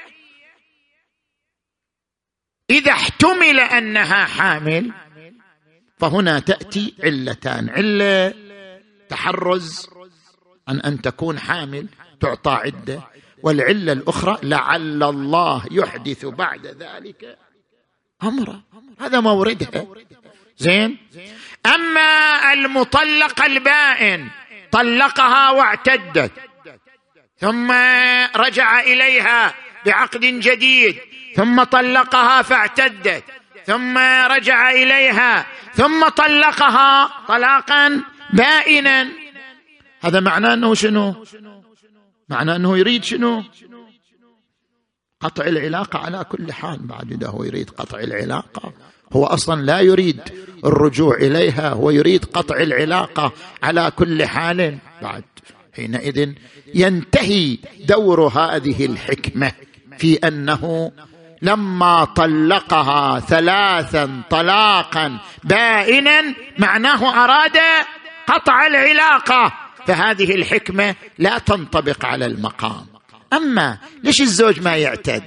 إذا احتمل أنها حامل فهنا تأتي علتان: علة تحرز عن أن تكون حامل تعطى عدة، والعلة الأخرى لعل الله يحدث بعد ذلك أمرا، هذا موردها. زين. أما المطلقة البائن طلقها واعتدت ثم رجع إليها بعقد جديد ثم طلقها فاعتدت ثم رجع إليها ثم طلقها طلاقا بائنا، هذا معناه أنه شنو؟ معناه أنه يريد شنو؟ قطع العلاقة على كل حال. بعد إذا هو يريد قطع العلاقة، هو أصلا لا يريد الرجوع إليها، هو يريد قطع العلاقة على كل حال. بعد حينئذ ينتهي دور هذه الحكمة في أنه لما طلقها ثلاثا طلاقا بائنا معناه أراد قطع العلاقة، فهذه الحكمة لا تنطبق على المقام. أما ليش الزوج ما يعتد؟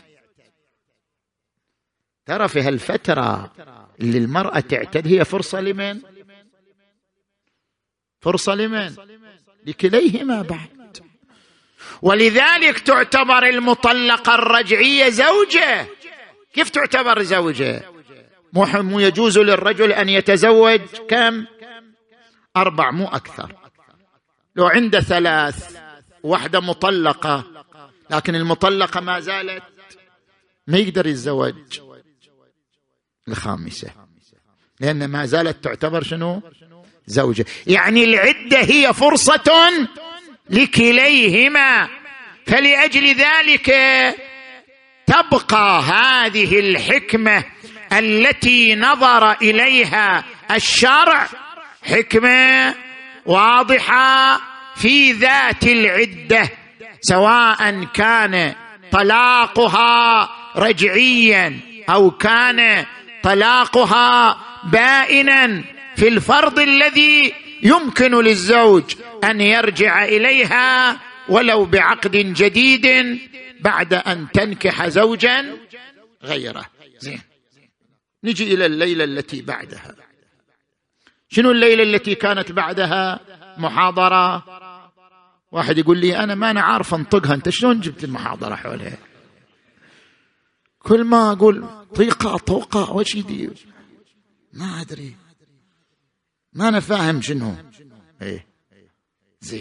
ترى في هالفترة اللي المرأة تعتد هي فرصة لمن؟ فرصة لمن؟ لكليهما بعد. ولذلك تعتبر المطلقة الرجعية زوجة. كيف تعتبر زوجة؟ مو يجوز للرجل أن يتزوج كم؟ 4 مو أكثر. لو عنده 3 واحدة مطلقة لكن المطلقة ما زالت، ما يقدر يتزوج الخامسة، لأن ما زالت تعتبر شنو؟ زوجة. يعني العدة هي فرصة لكليهما، فلأجل ذلك تبقى هذه الحكمة التي نظر إليها الشرع حكمة واضحة في ذات العدة، سواء كان طلاقها رجعيا أو كان طلاقها بائنا، في الفرض الذي يمكن للزوج أن يرجع إليها ولو بعقد جديد بعد أن تنكح زوجا غيره. زين. نجي إلى الليلة التي بعدها. شنو الليلة التي كانت بعدها؟ محاضرة. واحد يقول لي أنا ما أنا عارف أنطقها، أنت شلون جبت المحاضرة حولها؟ كل ما أقول طيقة طوقة وش يدي ما أدري، ما أنا فاهم شنو. إيه زين.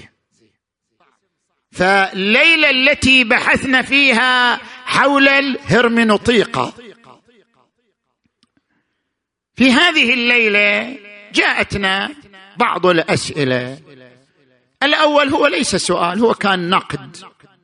فالليلة التي بحثنا فيها حول الهرمنوطيقة، في هذه الليلة جاءتنا بعض الأسئلة. الأول هو ليس سؤال، هو كان نقد.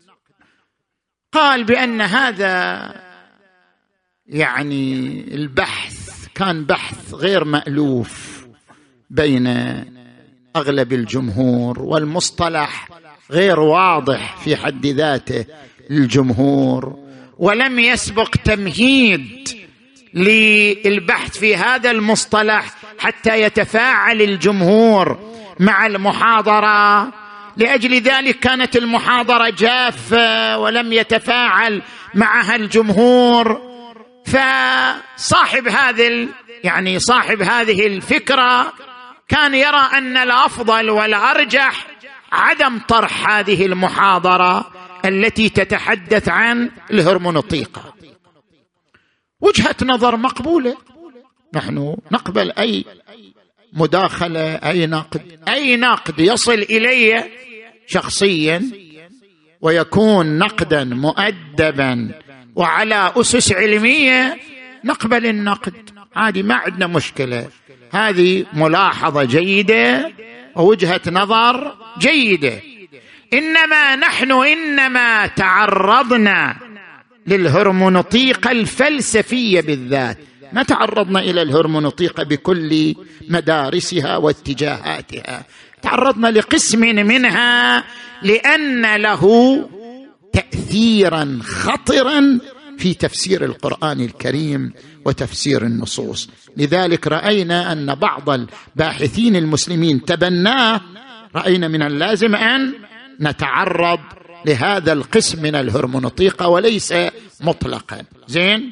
قال بأن هذا يعني البحث كان بحث غير مألوف بين أغلب الجمهور، والمصطلح غير واضح في حد ذاته للجمهور، ولم يسبق تمهيد للبحث في هذا المصطلح حتى يتفاعل الجمهور مع المحاضرة. لأجل ذلك كانت المحاضرة جافة ولم يتفاعل معها الجمهور. فصاحب صاحب هذه الفكرة كان يرى أن الأفضل والأرجح عدم طرح هذه المحاضرة التي تتحدث عن الهرمونوطيقة. وجهة نظر مقبولة، نحن نقبل أي مداخلة، أي نقد يصل إلي شخصيا ويكون نقدا مؤدبا وعلى أسس علمية، نقبل النقد عادي، ما عندنا مشكلة. هذه ملاحظة جيدة ووجهة نظر جيدة. إنما نحن تعرضنا للهرمونوطيقة الفلسفية بالذات، ما تعرضنا إلى الهرمونوطيقة بكل مدارسها واتجاهاتها، تعرضنا لقسم منها لأن له تأثيرا خطرا في تفسير القرآن الكريم وتفسير النصوص. لذلك رأينا أن بعض الباحثين المسلمين تبناه، رأينا من اللازم أن نتعرض لهذا القسم من الهرمونوطيقة وليس مطلقا. زين.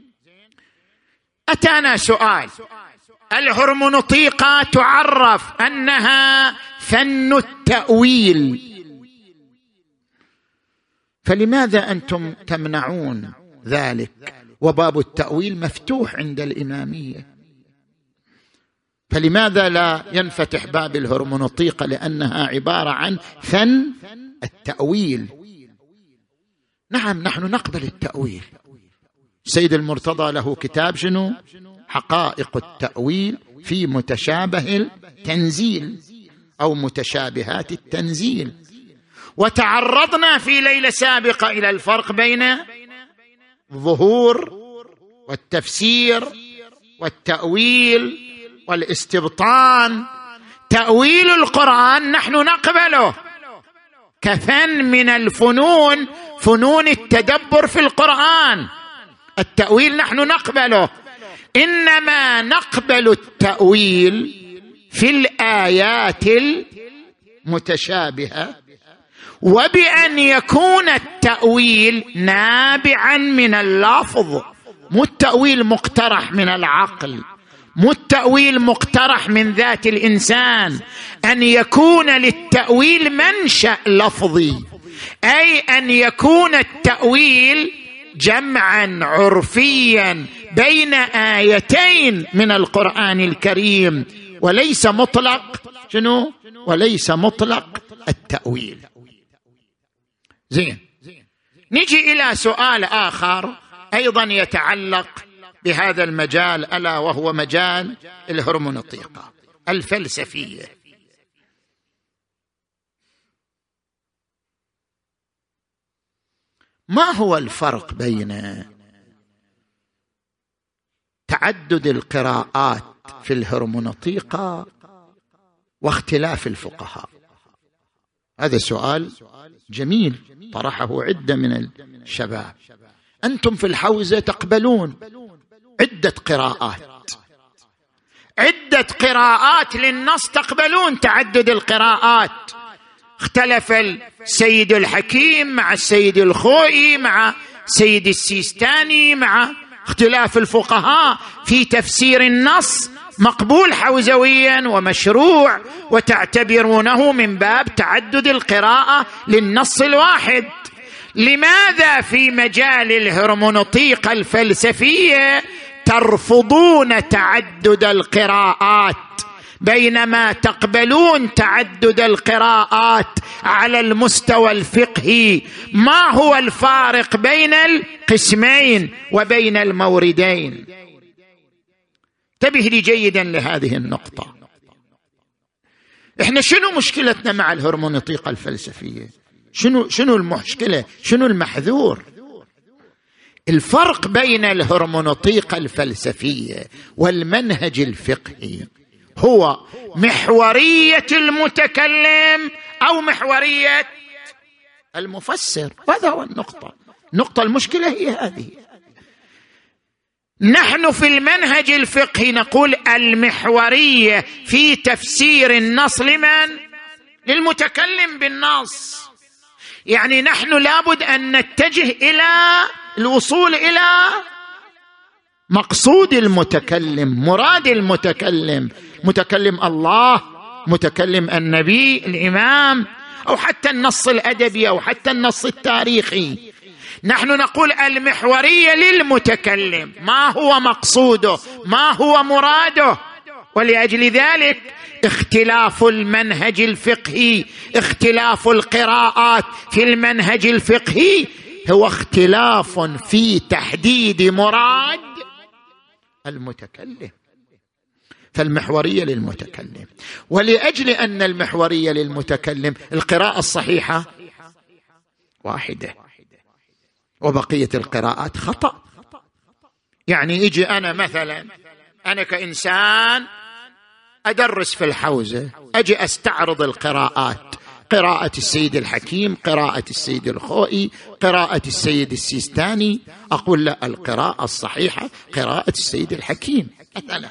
أتانا سؤال: الهرمونوطيقة تعرف أنها فن التأويل، فلماذا أنتم تمنعون ذلك وباب التأويل مفتوح عند الإمامية؟ فلماذا لا ينفتح باب الهرمونوطيقة؟ لأنها عبارة عن فن التأويل. نعم، نحن نقبل التأويل. سيد المرتضى له كتاب شنو؟ حقائق التأويل في متشابه التنزيل أو متشابهات التنزيل. وتعرضنا في ليلة سابقة إلى الفرق بين الظهور والتفسير والتأويل والاستبطان. تأويل القرآن نحن نقبله كفن من الفنون، فنون التدبر في القرآن. التأويل نحن نقبله، إنما نقبل التأويل في الآيات المتشابهة، وبأن يكون التأويل نابعا من اللفظ، مو التأويل مقترح من العقل، مو التأويل مقترح من ذات الإنسان. أن يكون للتأويل منشأ لفظي، أي أن يكون التأويل جمعا عرفيا بين آيتين من القرآن الكريم، وليس مطلق شنو؟ وليس مطلق التأويل. زين، نجي إلى سؤال آخر أيضا يتعلق بهذا المجال، ألا وهو مجال الهرمونوطيقة الفلسفية. ما هو الفرق بين تعدد القراءات في الهرمونوطيقة واختلاف الفقهاء؟ هذا سؤال جميل طرحه عدة من الشباب. أنتم في الحوزة تقبلون عدة قراءات للنص، تقبلون تعدد القراءات. اختلف السيد الحكيم مع السيد الخوئي مع سيد السيستاني، مع اختلاف الفقهاء في تفسير النص، مقبول حوزويا ومشروع، وتعتبرونه من باب تعدد القراءة للنص الواحد. لماذا في مجال الهرمونوطيقة الفلسفية ترفضون تعدد القراءات بينما تقبلون تعدد القراءات على المستوى الفقهي؟ ما هو الفارق بين القسمين وبين الموردين؟ انتبه لي جيدا لهذه النقطة. احنا شنو مشكلتنا مع الهرمونوطيقة الفلسفية؟ شنو المشكلة؟ شنو المحذور؟ الفرق بين الهرمونوطيقة الفلسفية والمنهج الفقهي هو محورية المتكلم أو محورية المفسر. هذا هو النقطة المشكلة هي هذه. نحن في المنهج الفقهي نقول المحورية في تفسير النص لمن؟ للمتكلم بالنص. يعني نحن لابد أن نتجه إلى الوصول إلى مقصود المتكلم، مراد المتكلم، متكلم الله، متكلم النبي، الإمام، أو حتى النص الأدبي أو حتى النص التاريخي. نحن نقول المحورية للمتكلم، ما هو مقصوده، ما هو مراده. ولأجل ذلك اختلاف المنهج الفقهي، اختلاف القراءات في المنهج الفقهي هو اختلاف في تحديد مراد المتكلم. فالمحورية للمتكلم، ولأجل أن المحورية للمتكلم القراءة الصحيحة واحدة وبقية القراءات خطأ. يعني يجي أنا مثلا، أنا كإنسان أدرس في الحوزة، أجي أستعرض القراءات، قراءة السيد الحكيم، قراءة السيد الخوئي، قراءة السيد السيستاني، أقول لا، القراءة الصحيحة قراءة السيد الحكيم مثلا.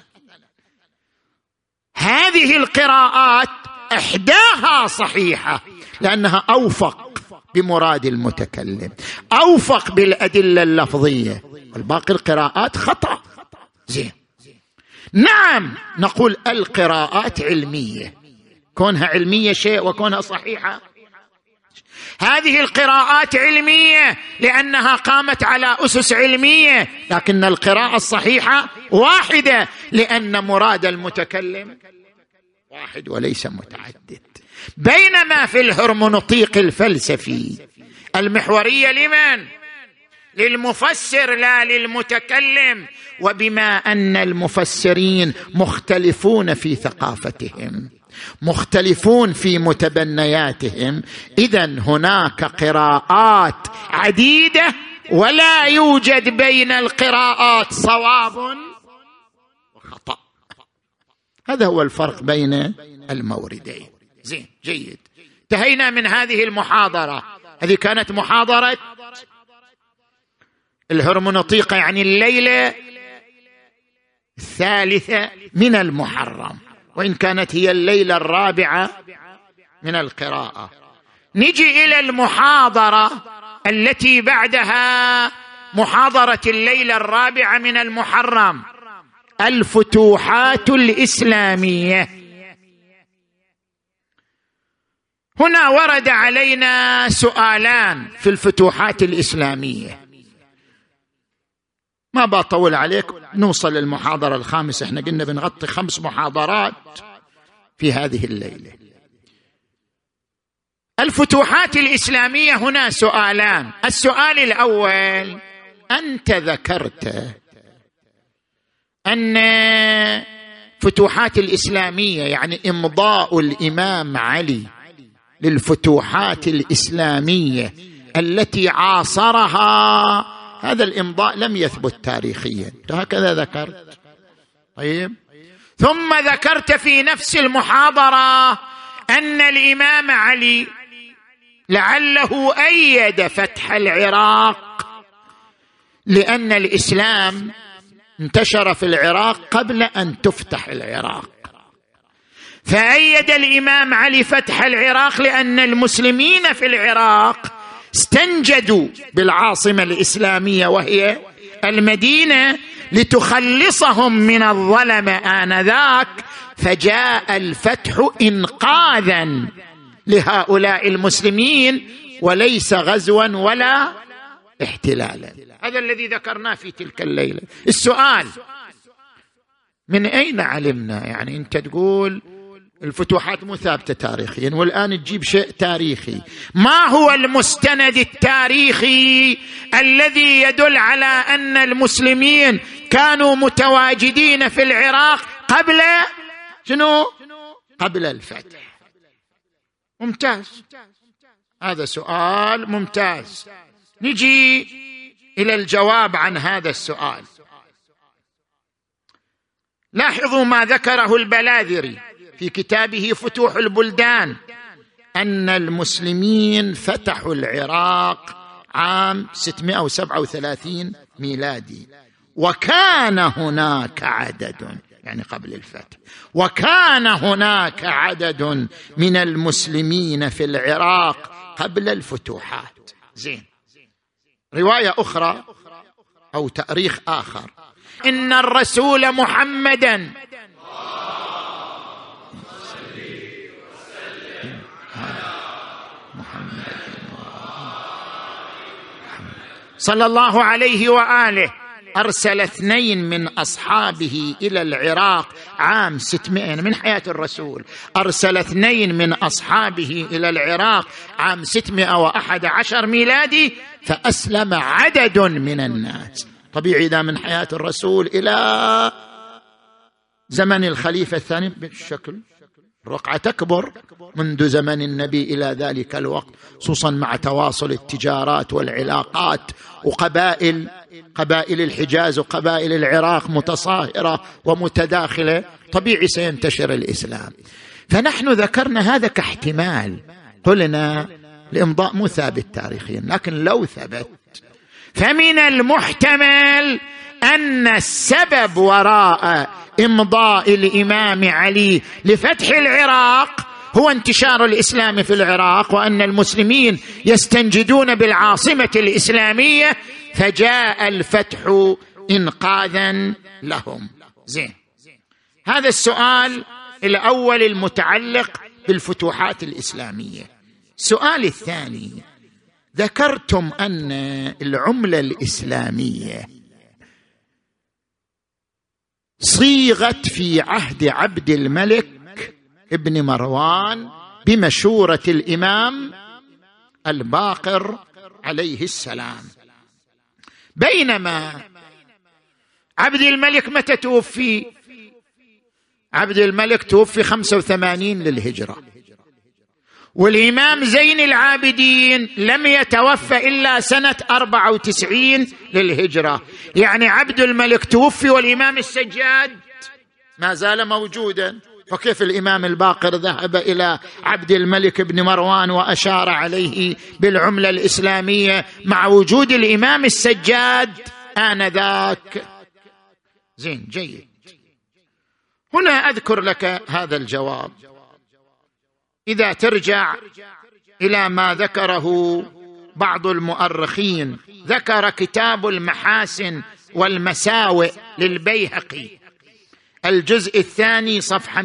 هذه القراءات إحداها صحيحة لأنها أوفق بمراد المتكلم، أوفق بالأدلة اللفظية، والباقي القراءات خطأ. زين، نعم نقول القراءات علمية، كونها علمية شيء وكونها صحيحة. هذه القراءات علمية لأنها قامت على أسس علمية، لكن القراءة الصحيحة واحدة، لأن مراد المتكلم واحد وليس متعدد. بينما في الهرمنوطيق الفلسفي المحورية لمن؟ للمفسر لا للمتكلم. وبما أن المفسرين مختلفون في ثقافتهم، مختلفون في متبنياتهم، إذن هناك قراءات عديدة ولا يوجد بين القراءات صواب وخطأ. هذا هو الفرق بين الموردين. زين، جيد. انتهينا من هذه المحاضرة. هذه كانت محاضرة الهرمنوطيقة، يعني الليلة الثالثة من المحرم، وإن كانت هي الليلة الرابعة من القراءة. نجي إلى المحاضرة التي بعدها، محاضرة الليلة الرابعة من المحرم، الفتوحات الإسلامية. هنا ورد علينا سؤالان في الفتوحات الإسلامية. ما بطول عليك، نوصل للمحاضرة الخامسة. احنا قلنا بنغطي 5 محاضرات في هذه الليلة. الفتوحات الإسلامية هنا سؤالان. السؤال الأول، أنت ذكرت أن فتوحات الإسلامية يعني إمضاء الإمام علي للفتوحات الإسلامية التي عاصرها، هذا الإمضاء لم يثبت تاريخيا، هكذا ذكرت. طيب، ثم ذكرت في نفس المحاضرة أن الإمام علي لعله أيد فتح العراق، لأن الإسلام انتشر في العراق قبل أن تفتح العراق، فأيد الإمام علي فتح العراق لأن المسلمين في العراق استنجدوا بالعاصمة الإسلامية وهي المدينة لتخلصهم من الظلم آنذاك، فجاء الفتح إنقاذا لهؤلاء المسلمين وليس غزوا ولا احتلالا. هذا الذي ذكرناه في تلك الليلة. السؤال، من أين علمنا؟ يعني أنت تقول الفتوحات مو ثابتة تاريخيا، والآن تجيب شيء تاريخي. ما هو المستند التاريخي الذي يدل على أن المسلمين كانوا متواجدين في العراق قبل شنو؟ قبل الفتح. ممتاز، هذا سؤال ممتاز. نجي إلى الجواب عن هذا السؤال. لاحظوا ما ذكره البلاذري في كتابه فتوح البلدان، أن المسلمين فتحوا العراق عام 637 ميلادي، وكان هناك عدد، يعني قبل الفتح، وكان هناك عدد من المسلمين في العراق قبل الفتوحات. زين، رواية أخرى أو تاريخ آخر، إن الرسول محمدا صلى الله عليه وآله أرسل 2 من أصحابه إلى العراق عام 600 من حياة الرسول، أرسل 2 من أصحابه إلى العراق عام 611 ميلادي، فأسلم عدد من الناس. طبيعي إذا من حياة الرسول إلى زمن الخليفة الثاني بالشكل الرقعة تكبر منذ زمن النبي إلى ذلك الوقت، خصوصا مع تواصل التجارات والعلاقات، وقبائل الحجاز وقبائل العراق متصاهرة ومتداخلة، طبيعي سينتشر الإسلام. فنحن ذكرنا هذا كاحتمال، قلنا الإمضاء مو ثابت تاريخيا، لكن لو ثبت فمن المحتمل أن السبب وراء إمضاء الإمام علي لفتح العراق هو انتشار الإسلام في العراق، وأن المسلمين يستنجدون بالعاصمة الإسلامية، فجاء الفتح إنقاذا لهم. زين، هذا السؤال الأول المتعلق بالفتوحات الإسلامية. السؤال الثاني، ذكرتم أن العملة الإسلامية صيغت في عهد عبد الملك ابن مروان بمشورة الإمام الباقر عليه السلام. بينما عبد الملك متى توفي؟ عبد الملك توفي 85 للهجرة، والإمام زين العابدين لم يتوفى إلا سنة 94 للهجرة. يعني عبد الملك توفي والإمام السجاد ما زال موجودا، فكيف الإمام الباقر ذهب إلى عبد الملك بن مروان وأشار عليه بالعملة الإسلامية مع وجود الإمام السجاد آنذاك؟ زين، جيد. هنا أذكر لك هذا الجواب. إذا ترجع إلى ما ذكره بعض المؤرخين، ذكر كتاب المحاسن والمساوئ للبيهقي الجزء الثاني صفحة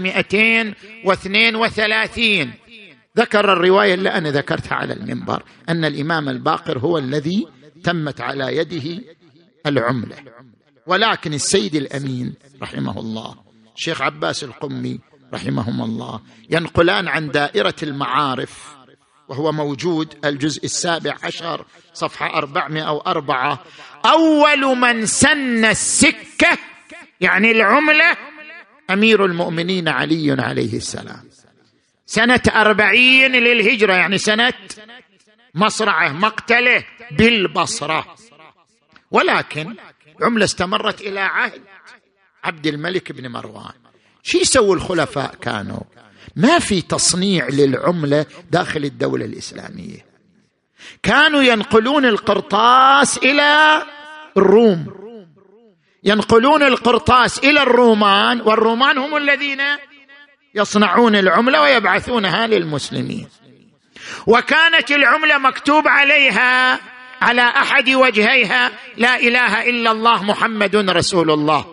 232، ذكر الرواية اللي أنا ذكرتها على المنبر، أن الإمام الباقر هو الذي تمت على يده العملة. ولكن السيد الأمين رحمه الله، الشيخ عباس القمي رحمهم الله، ينقلان عن دائرة المعارف وهو موجود الجزء 17 صفحة 404: أول من سن السكة يعني العملة أمير المؤمنين علي عليه السلام، سنة 40 للهجرة، يعني سنة مصرعه مقتله بالبصرة. ولكن عملة استمرت إلى عهد عبد الملك بن مروان. شو يسوي الخلفاء؟ كانوا ما في تصنيع للعملة داخل الدولة الإسلامية، كانوا ينقلون القرطاس إلى الروم، ينقلون القرطاس إلى الرومان، والرومان هم الذين يصنعون العملة ويبعثونها للمسلمين. وكانت العملة مكتوب عليها على أحد وجهيها لا إله إلا الله محمد رسول الله.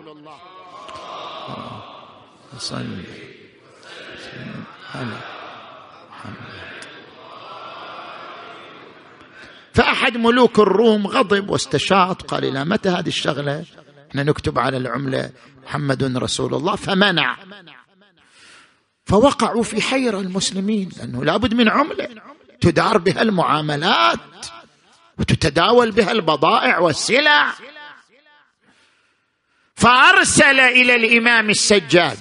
صلى على محمد. فأحد ملوك الروم غضب واستشاط، قال: إلى متى هذه الشغلة؟ احنا نكتب على العملة محمد رسول الله. فمنع، فوقعوا في حيرة المسلمين، لأنه لابد من عملة تدار بها المعاملات وتتداول بها البضائع والسلع. فأرسل إلى الإمام السجاد،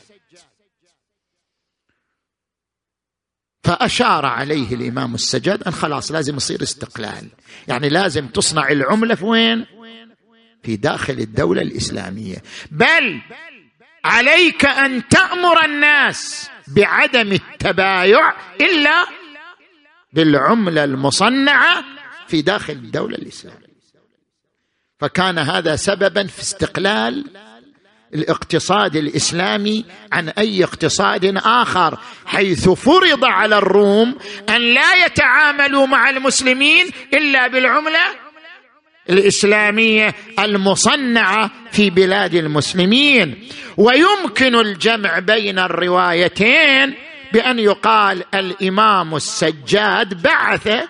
فأشار عليه الإمام السجاد أن خلاص لازم يصير استقلال، يعني لازم تصنع العملة في وين؟ في داخل الدولة الإسلامية، بل عليك أن تأمر الناس بعدم التبايع إلا بالعملة المصنعة في داخل الدولة الإسلامية. فكان هذا سببا في استقلال الاقتصاد الإسلامي عن أي اقتصاد آخر، حيث فرض على الروم أن لا يتعاملوا مع المسلمين إلا بالعملة الإسلامية المصنعة في بلاد المسلمين. ويمكن الجمع بين الروايتين بأن يقال الإمام السجاد بعث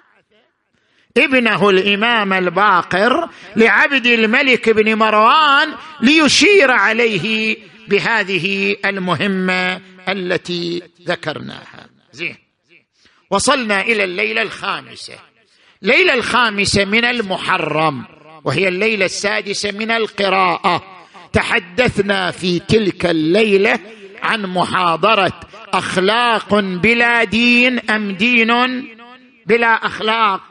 ابنه الإمام الباقر لعبد الملك بن مروان ليشير عليه بهذه المهمة التي ذكرناها. زين، وصلنا إلى الليلة الخامسة، ليلة الخامسة من المحرم، وهي الليلة السادسة من القراءة. تحدثنا في تلك الليلة عن محاضرة أخلاق بلا دين أم دين بلا أخلاق.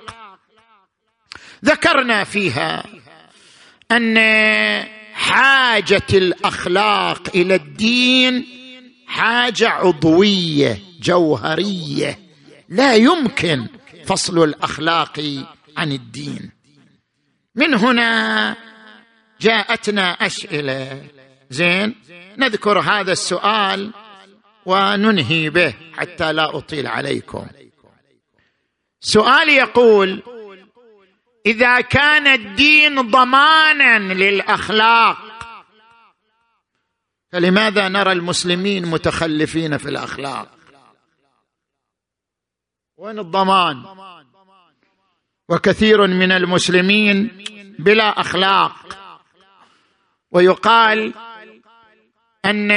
ذكرنا فيها أن حاجة الأخلاق إلى الدين حاجة عضوية جوهرية، لا يمكن فصل الأخلاق عن الدين. من هنا جاءتنا أسئلة. زين، نذكر هذا السؤال وننهي به حتى لا أطيل عليكم. سؤال يقول: إذا كان الدين ضمانا للأخلاق، فلماذا نرى المسلمين متخلفين في الأخلاق؟ وين الضمان؟ وكثير من المسلمين بلا أخلاق. ويقال أن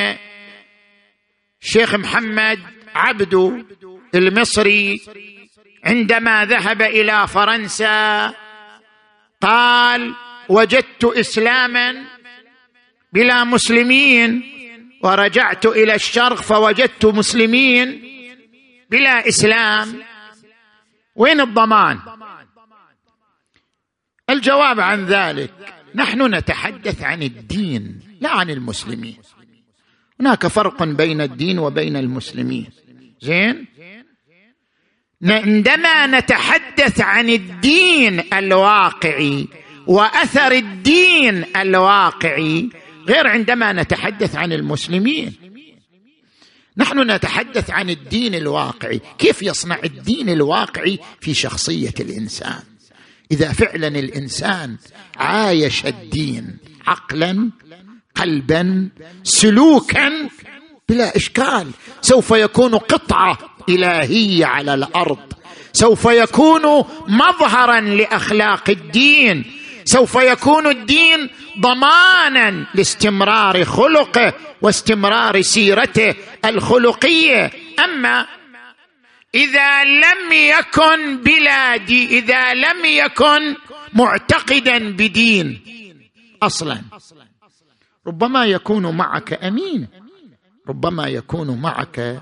الشيخ محمد عبدو المصري عندما ذهب إلى فرنسا قال: وجدت إسلاما بلا مسلمين، ورجعت إلى الشرق فوجدت مسلمين بلا إسلام، وين الضمان؟ الجواب عن ذلك: نحن نتحدث عن الدين لا عن المسلمين. هناك فرق بين الدين وبين المسلمين. زين؟ عندما نتحدث عن الدين الواقعي وأثر الدين الواقعي غير عندما نتحدث عن المسلمين. نحن نتحدث عن الدين الواقعي، كيف يصنع الدين الواقعي في شخصية الإنسان. إذا فعلا الإنسان عايش الدين عقلا قلبا سلوكا بلا إشكال سوف يكون قطعة إلهية على الأرض، سوف يكون مظهرا لأخلاق الدين، سوف يكون الدين ضمانا لاستمرار خلقه واستمرار سيرته الخلقية. أما إذا لم يكن بلا دين، إذا لم يكن معتقدا بدين أصلا، ربما يكون معك أمين، ربما يكون معك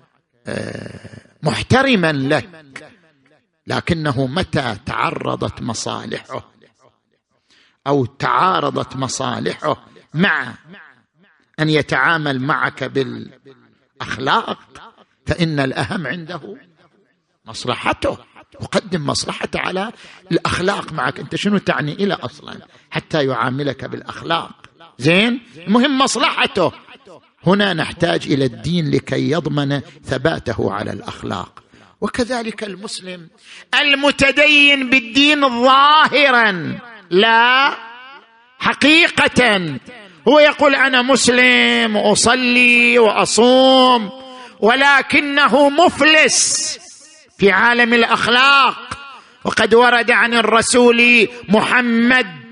محترما لك، لكنه متى تعرضت مصالحه أو تعارضت مصالحه مع أن يتعامل معك بالأخلاق، فإن الأهم عنده مصلحته، يقدم مصلحته على الأخلاق معك. أنت شنو تعني إلى أصلا حتى يعاملك بالأخلاق؟ زين، المهم مصلحته. هنا نحتاج إلى الدين لكي يضمن ثباته على الأخلاق. وكذلك المسلم المتدين بالدين ظاهرا لا حقيقة، هو يقول أنا مسلم وأصلي وأصوم، ولكنه مفلس في عالم الأخلاق. وقد ورد عن الرسول محمد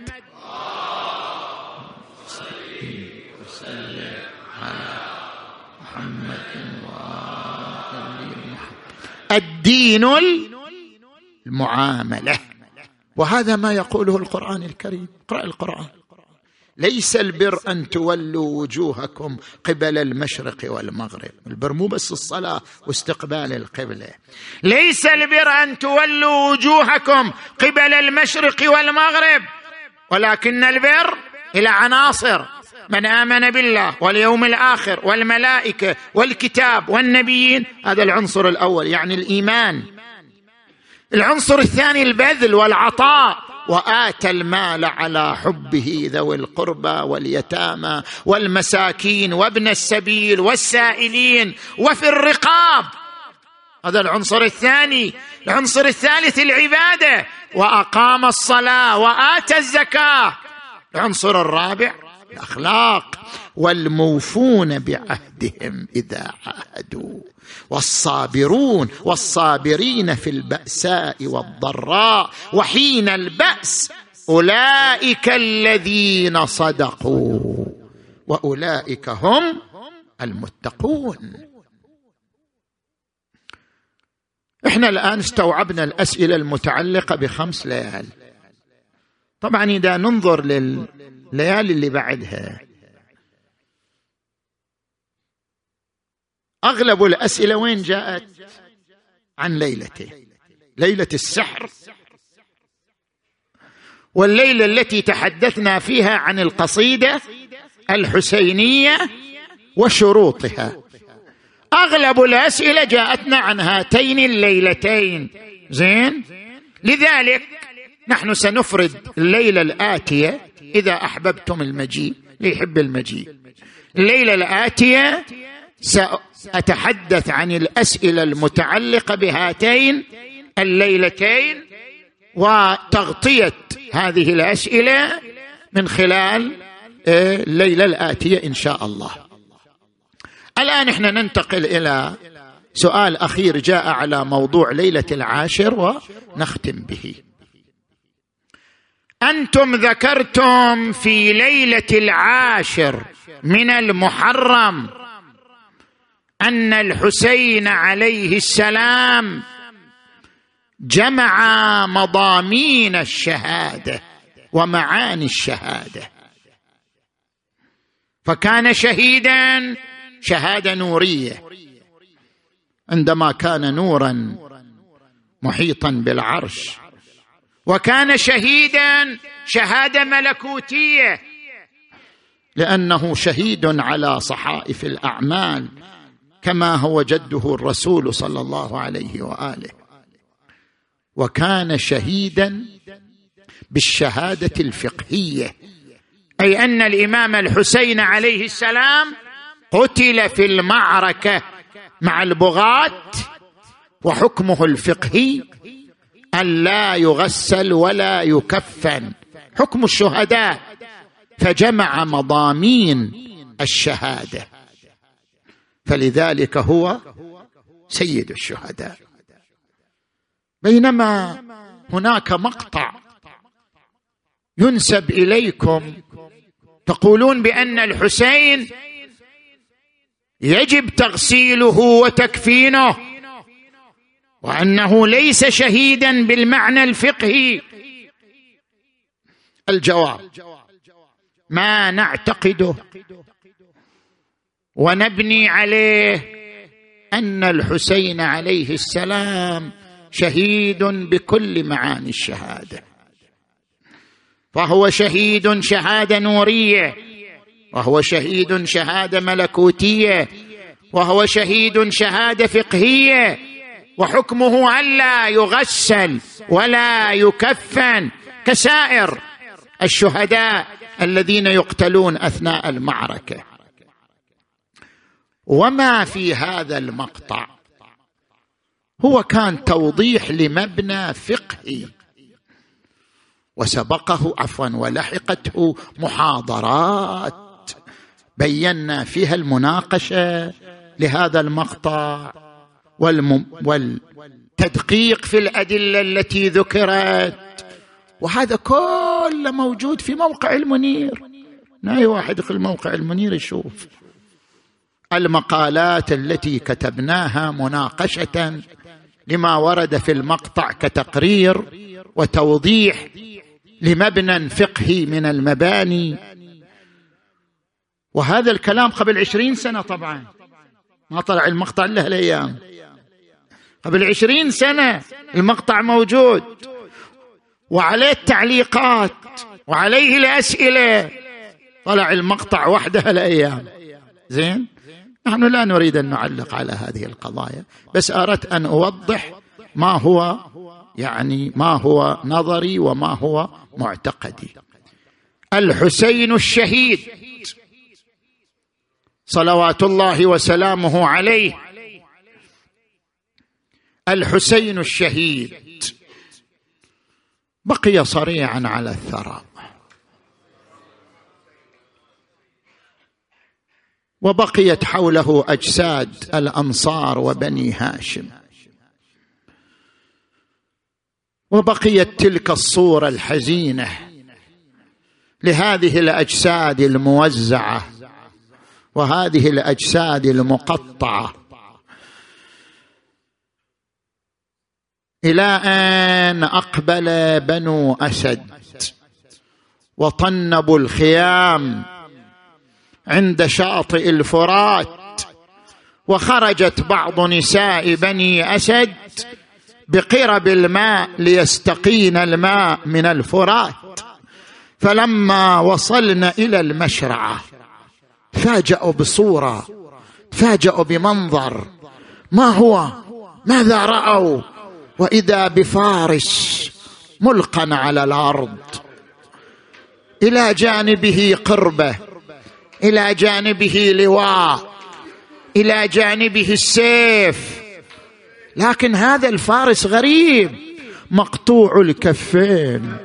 الدين المعاملة، وهذا ما يقوله القرآن الكريم. اقرأ القرآن: ليس البر أن تولوا وجوهكم قبل المشرق والمغرب. البر مو بس الصلاة واستقبال القبلة، ليس البر أن تولوا وجوهكم قبل المشرق والمغرب، ولكن البر إلى عناصر: من آمن بالله واليوم الآخر والملائكة والكتاب والنبيين، هذا العنصر الأول يعني الإيمان. العنصر الثاني البذل والعطاء: وآتى المال على حبه ذوي القربى واليتامى والمساكين وابن السبيل والسائلين وفي الرقاب، هذا العنصر الثاني. العنصر الثالث العبادة: وأقام الصلاة وآتى الزكاة. العنصر الرابع الأخلاق: والموفون بعهدهم إذا عاهدوا، والصابرين في البأساء والضراء وحين البأس، أولئك الذين صدقوا وأولئك هم المتقون. احنا الآن استوعبنا الأسئلة المتعلقة ب5 ليال. طبعا إذا ننظر لليالي اللي بعدها، أغلب الأسئلة وين جاءت؟ عن ليلتين: ليلة السحر، والليلة التي تحدثنا فيها عن القصيدة الحسينية وشروطها. أغلب الأسئلة جاءتنا عن هاتين الليلتين. زين، لذلك نحن سنفرد الليلة الآتية إذا أحببتم المجيء، ليحب المجيء. الليلة الآتية سأتحدث عن الأسئلة المتعلقة بهاتين الليلتين وتغطية هذه الأسئلة من خلال الليلة الآتية إن شاء الله. الآن احنا ننتقل إلى سؤال أخير جاء على موضوع ليلة 10 ونختم به. أنتم ذكرتم في ليلة 10 من المحرم أن الحسين عليه السلام جمع مضامين الشهادة ومعاني الشهادة، فكان شهيدا شهادة نورية عندما كان نورا محيطا بالعرش، وكان شهيدا شهادة ملكوتية لأنه شهيد على صحائف الأعمال كما هو جده الرسول صلى الله عليه وآله، وكان شهيدا بالشهادة الفقهية، أي أن الإمام الحسين عليه السلام قتل في المعركة مع البغاة، وحكمه الفقهي أن لا يغسل ولا يكفن، حكم الشهداء، فجمع مضامين الشهادة، فلذلك هو سيد الشهداء. بينما هناك مقطع ينسب إليكم تقولون بأن الحسين يجب تغسيله وتكفينه، وأنه ليس شهيدا بالمعنى الفقهي. الجواب: ما نعتقده ونبني عليه أن الحسين عليه السلام شهيد بكل معاني الشهادة، فهو شهيد شهادة نورية، وهو شهيد شهادة ملكوتية، وهو شهيد شهادة فقهية، وحكمه ألا يغسل ولا يكفن كسائر الشهداء الذين يقتلون أثناء المعركة. وما في هذا المقطع هو كان توضيح لمبنى فقهي، وسبقه ولحقته محاضرات بينا فيها المناقشة لهذا المقطع والتدقيق في الأدلة التي ذكرت، وهذا كله موجود في موقع المنير. أي واحد يدخل موقع المنير يشوف المقالات التي كتبناها مناقشة لما ورد في المقطع كتقرير وتوضيح لمبنى فقهي من المباني. وهذا الكلام قبل 20 سنة، طبعا ما طلع المقطع له الأيام، قبل 20 سنة المقطع موجود وعليه التعليقات وعليه الأسئلة، طلع المقطع وحده الأيام. زين، نحن لا نريد أن نعلق على هذه القضايا، بس أردت أن أوضح ما هو نظري وما هو معتقدي. الحسين الشهيد صلوات الله وسلامه عليه، الحسين الشهيد بقي صريعا على الثرى، وبقيت حوله أجساد الأنصار وبني هاشم، وبقيت تلك الصورة الحزينة لهذه الأجساد الموزعة وهذه الأجساد المقطعة، إلى أن أقبل بنو أسد وطنبوا الخيام عند شاطئ الفرات، وخرجت بعض نساء بني أسد بقرب الماء ليستقين الماء من الفرات، فلما وصلنا إلى المشرعة فاجأوا بصورة، فاجأوا بمنظر، ماذا رأوا؟ وإذا بفارس ملقا على الأرض، إلى جانبه قربة، إلى جانبه لواء، إلى جانبه السيف، لكن هذا الفارس غريب، مقطوع الكفين،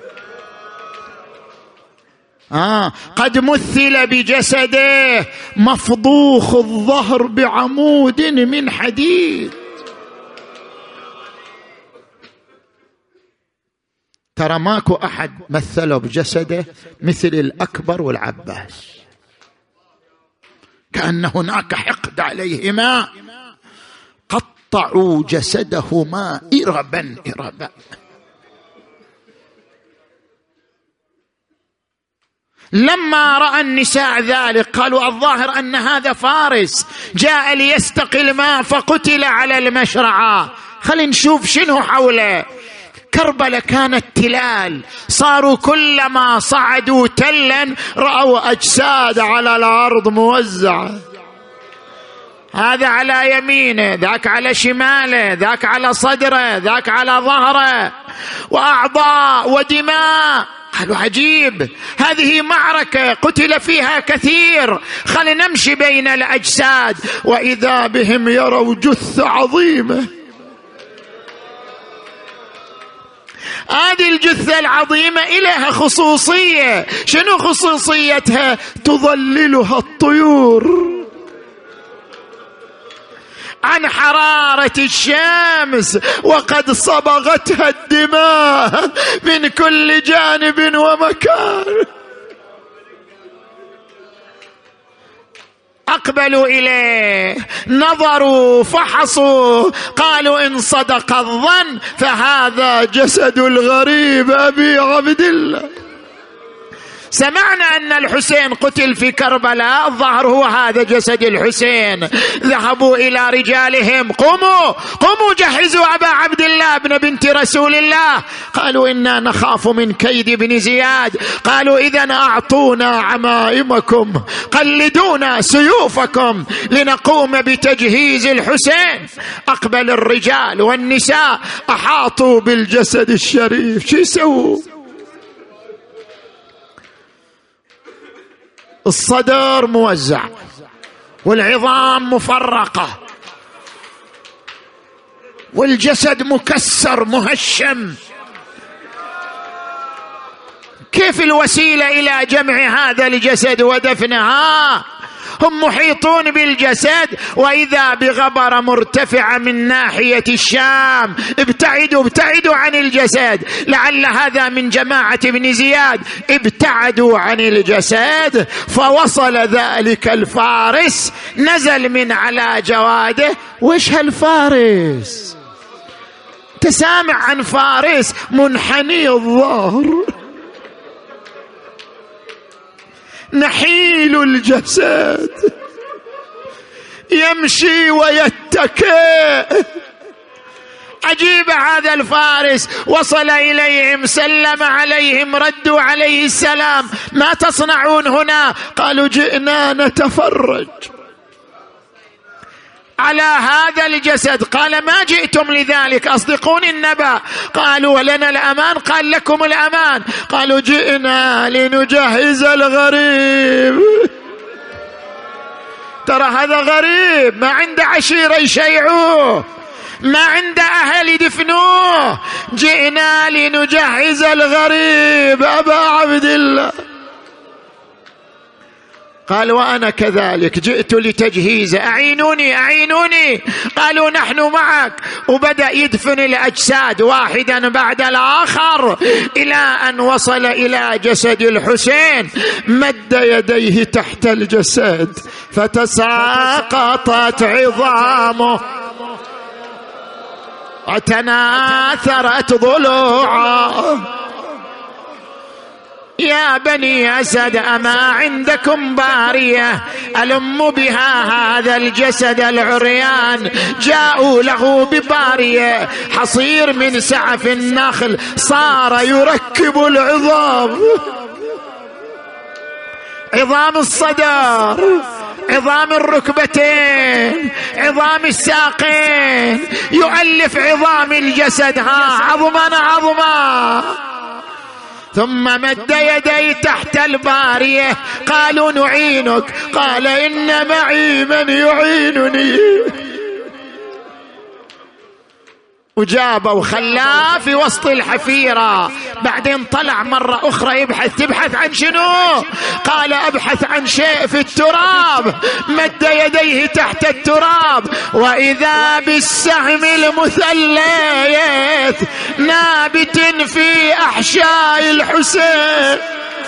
قد مثل بجسده مفضوخ الظهر بعمود من حديد. ترى ماكو أحد مثله بجسده مثل الأكبر والعباس، كأن هناك حقد عليهما، قطعوا جسدهما إربا إربا. لما رأى النساء ذلك قالوا الظاهر أن هذا فارس جاء ليستقي الماء فقتل على المشرعة، خلينا نشوف شنو حوله. كربلاء كانت تلال، صاروا كلما صعدوا تلا رأوا أجساد على الأرض موزعة، هذا على يمينه، ذاك على شماله، ذاك على صدره، ذاك على ظهره، وأعضاء ودماء. قالوا عجيب، هذه معركة قتل فيها كثير، خلينا نمشي بين الأجساد. وإذا بهم يروا جثة عظيمة. هذه الجثة العظيمة إليها خصوصية، شنو خصوصيتها؟ تظللها الطيور عن حرارة الشمس، وقد صبغتها الدماء من كل جانب ومكان. أقبلوا إليه، نظروا، فحصوا، قالوا إن صدق الظن فهذا جسد الغريب أبي عبد الله. سمعنا أن الحسين قتل في كربلاء، الظاهر هو هذا جسد الحسين. ذهبوا إلى رجالهم، قوموا جهزوا أبا عبد الله بن بنت رسول الله. قالوا إنا نخاف من كيد بن زياد. قالوا إذن أعطونا عمائمكم، قلدونا سيوفكم لنقوم بتجهيز الحسين. أقبل الرجال والنساء، أحاطوا بالجسد الشريف. شو يسووا؟ الصدر موزع والعظام مفرقة والجسد مكسر مهشم. كيف الوسيلة إلى جمع هذا الجسد ودفنها؟ هم محيطون بالجسد، وإذا بغبرة مرتفعة من ناحية الشام. ابتعدوا عن الجسد، لعل هذا من جماعة ابن زياد. ابتعدوا عن الجسد، فوصل ذلك الفارس، نزل من على جواده. وش هالفارس؟ تسامع عن فارس منحني الظهر، نحيل الجسد، يمشي ويتكئ. عجيب هذا الفارس. وصل إليهم، سلم عليهم، ردوا عليه السلام. ما تصنعون هنا؟ قالوا جئنا نتفرج على هذا الجسد. قال ما جئتم لذلك، أصدقوني النبأ. قالوا ولنا الأمان. قال لكم الأمان. قالوا جئنا لنجهز الغريب. ترى هذا غريب، ما عنده عشيرة يشيعوه، ما عنده أهل يدفنوه. جئنا لنجهز الغريب أبا عبد الله. قال وأنا كذلك جئت لتجهيزه، أعينوني. قالوا نحن معك. وبدأ يدفن الأجساد واحدا بعد الآخر إلى أن وصل إلى جسد الحسين. مد يديه تحت الجسد فتساقطت عظامه وتناثرت ضلوعه. يا بني أسد أما عندكم بارية ألم بها هذا الجسد العريان؟ جاءوا له ببارية، حصير من سعف النخل، صار يركب العظام، عظام الصدر، عظام الركبتين، عظام الساقين، يؤلف عظام الجسد عظما. ثم مد يدي تحت البارية. قالوا نعينك. قال إن معي من يعينني. وجابوا خلاه في وسط الحفيرة، بعدين طلع مرة أخرى تبحث عن شنو؟ قال أبحث عن شيء في التراب. مد يديه تحت التراب وإذا بالسهم المثلث نابت في أحشاء الحسين.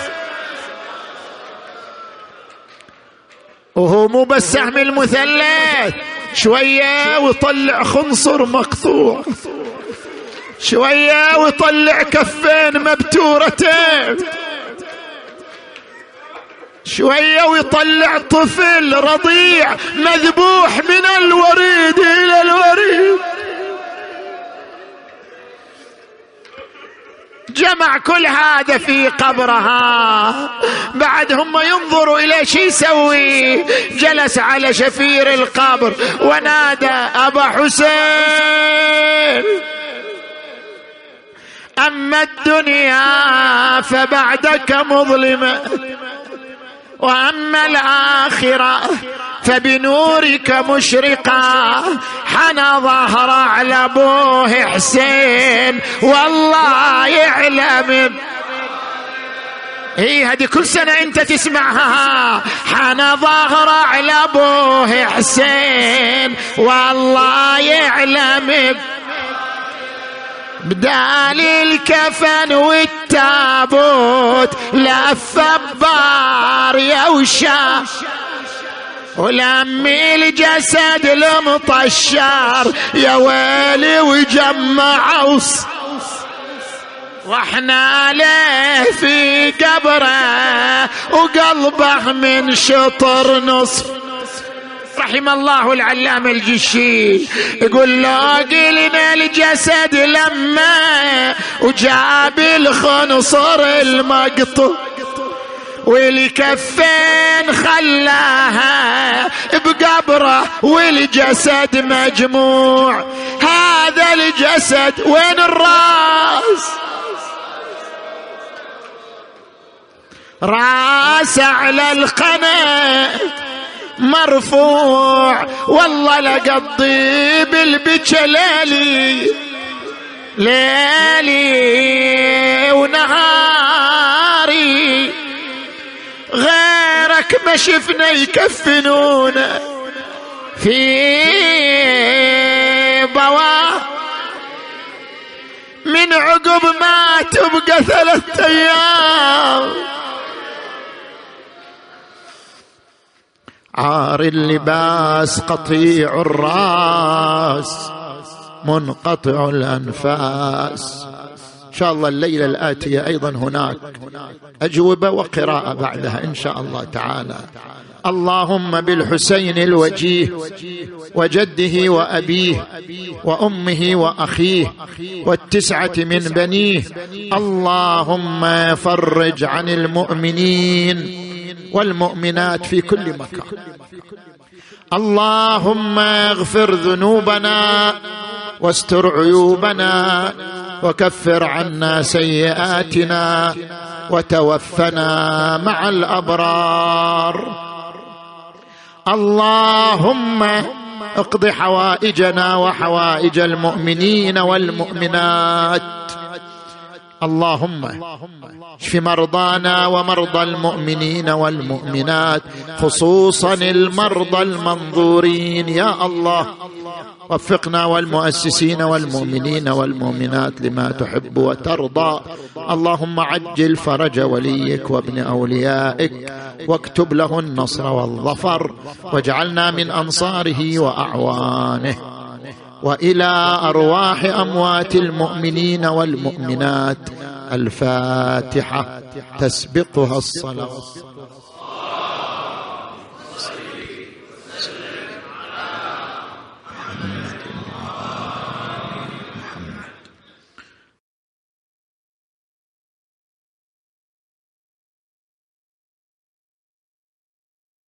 وهو مو بالسهم المثلث، شوية ويطلع خنصر مقطوع، شوية ويطلع كفين مبتورتين، شوية ويطلع طفل رضيع مذبوح من الوريد إلى الوريد. جمع كل هذا في قبرها. بعد هم ينظروا إلى شي يسوي، جلس على شفير القبر ونادى أبا حسين أما الدنيا فبعدك مظلمة وأما الآخرة فبنورك مشرقة. حنى ظهر على أبوه حسين والله يعلم. هي هذه كل سنة أنت تسمعها. حنى ظهر على أبوه حسين والله يعلم بدال الكفن والتابوت لف الضار يوشى ولمي الجسد المطشر يا ويلي وجمع واحنا له في قبره وقلبه من شطر نصف. رحم الله العلام الجشي يقول له قلنا الجسد لما وجاب الخنصر المقطوع والكفين خلاها بقبره والجسد مجموع. هذا الجسد وين الراس؟ راس على القنا مرفوع. والله لقضي بالبجلالي ليلي ونهاري غيرك ما شفنا يكفنونا في بوا من عقب ما تبقى 3 أيام. عار اللباس قطيع الراس منقطع الأنفاس. إن شاء الله الليلة الآتية أيضا هناك أجوبة وقراءة بعدها إن شاء الله تعالى. اللهم بالحسين الوجيه وجده وأبيه وأمه وأخيه و9 من بنيه اللهم فرج عن المؤمنين والمؤمنات في كل مكان. اللهم اغفر ذنوبنا واستر عيوبنا وكفر عنا سيئاتنا وتوفنا مع الأبرار. اللهم اقض حوائجنا وحوائج المؤمنين والمؤمنات. اللهم اشف مرضانا ومرضى المؤمنين والمؤمنات خصوصا المرضى المنظورين يا الله. وفقنا والمؤسسين والمؤمنين والمؤمنات لما تحب وترضى. اللهم عجل فرج وليك وابن أوليائك واكتب له النصر والظفر واجعلنا من أنصاره وأعوانه. وإلى أرواح أموات المؤمنين والمؤمنات الفاتحة تسبقها الصلاة.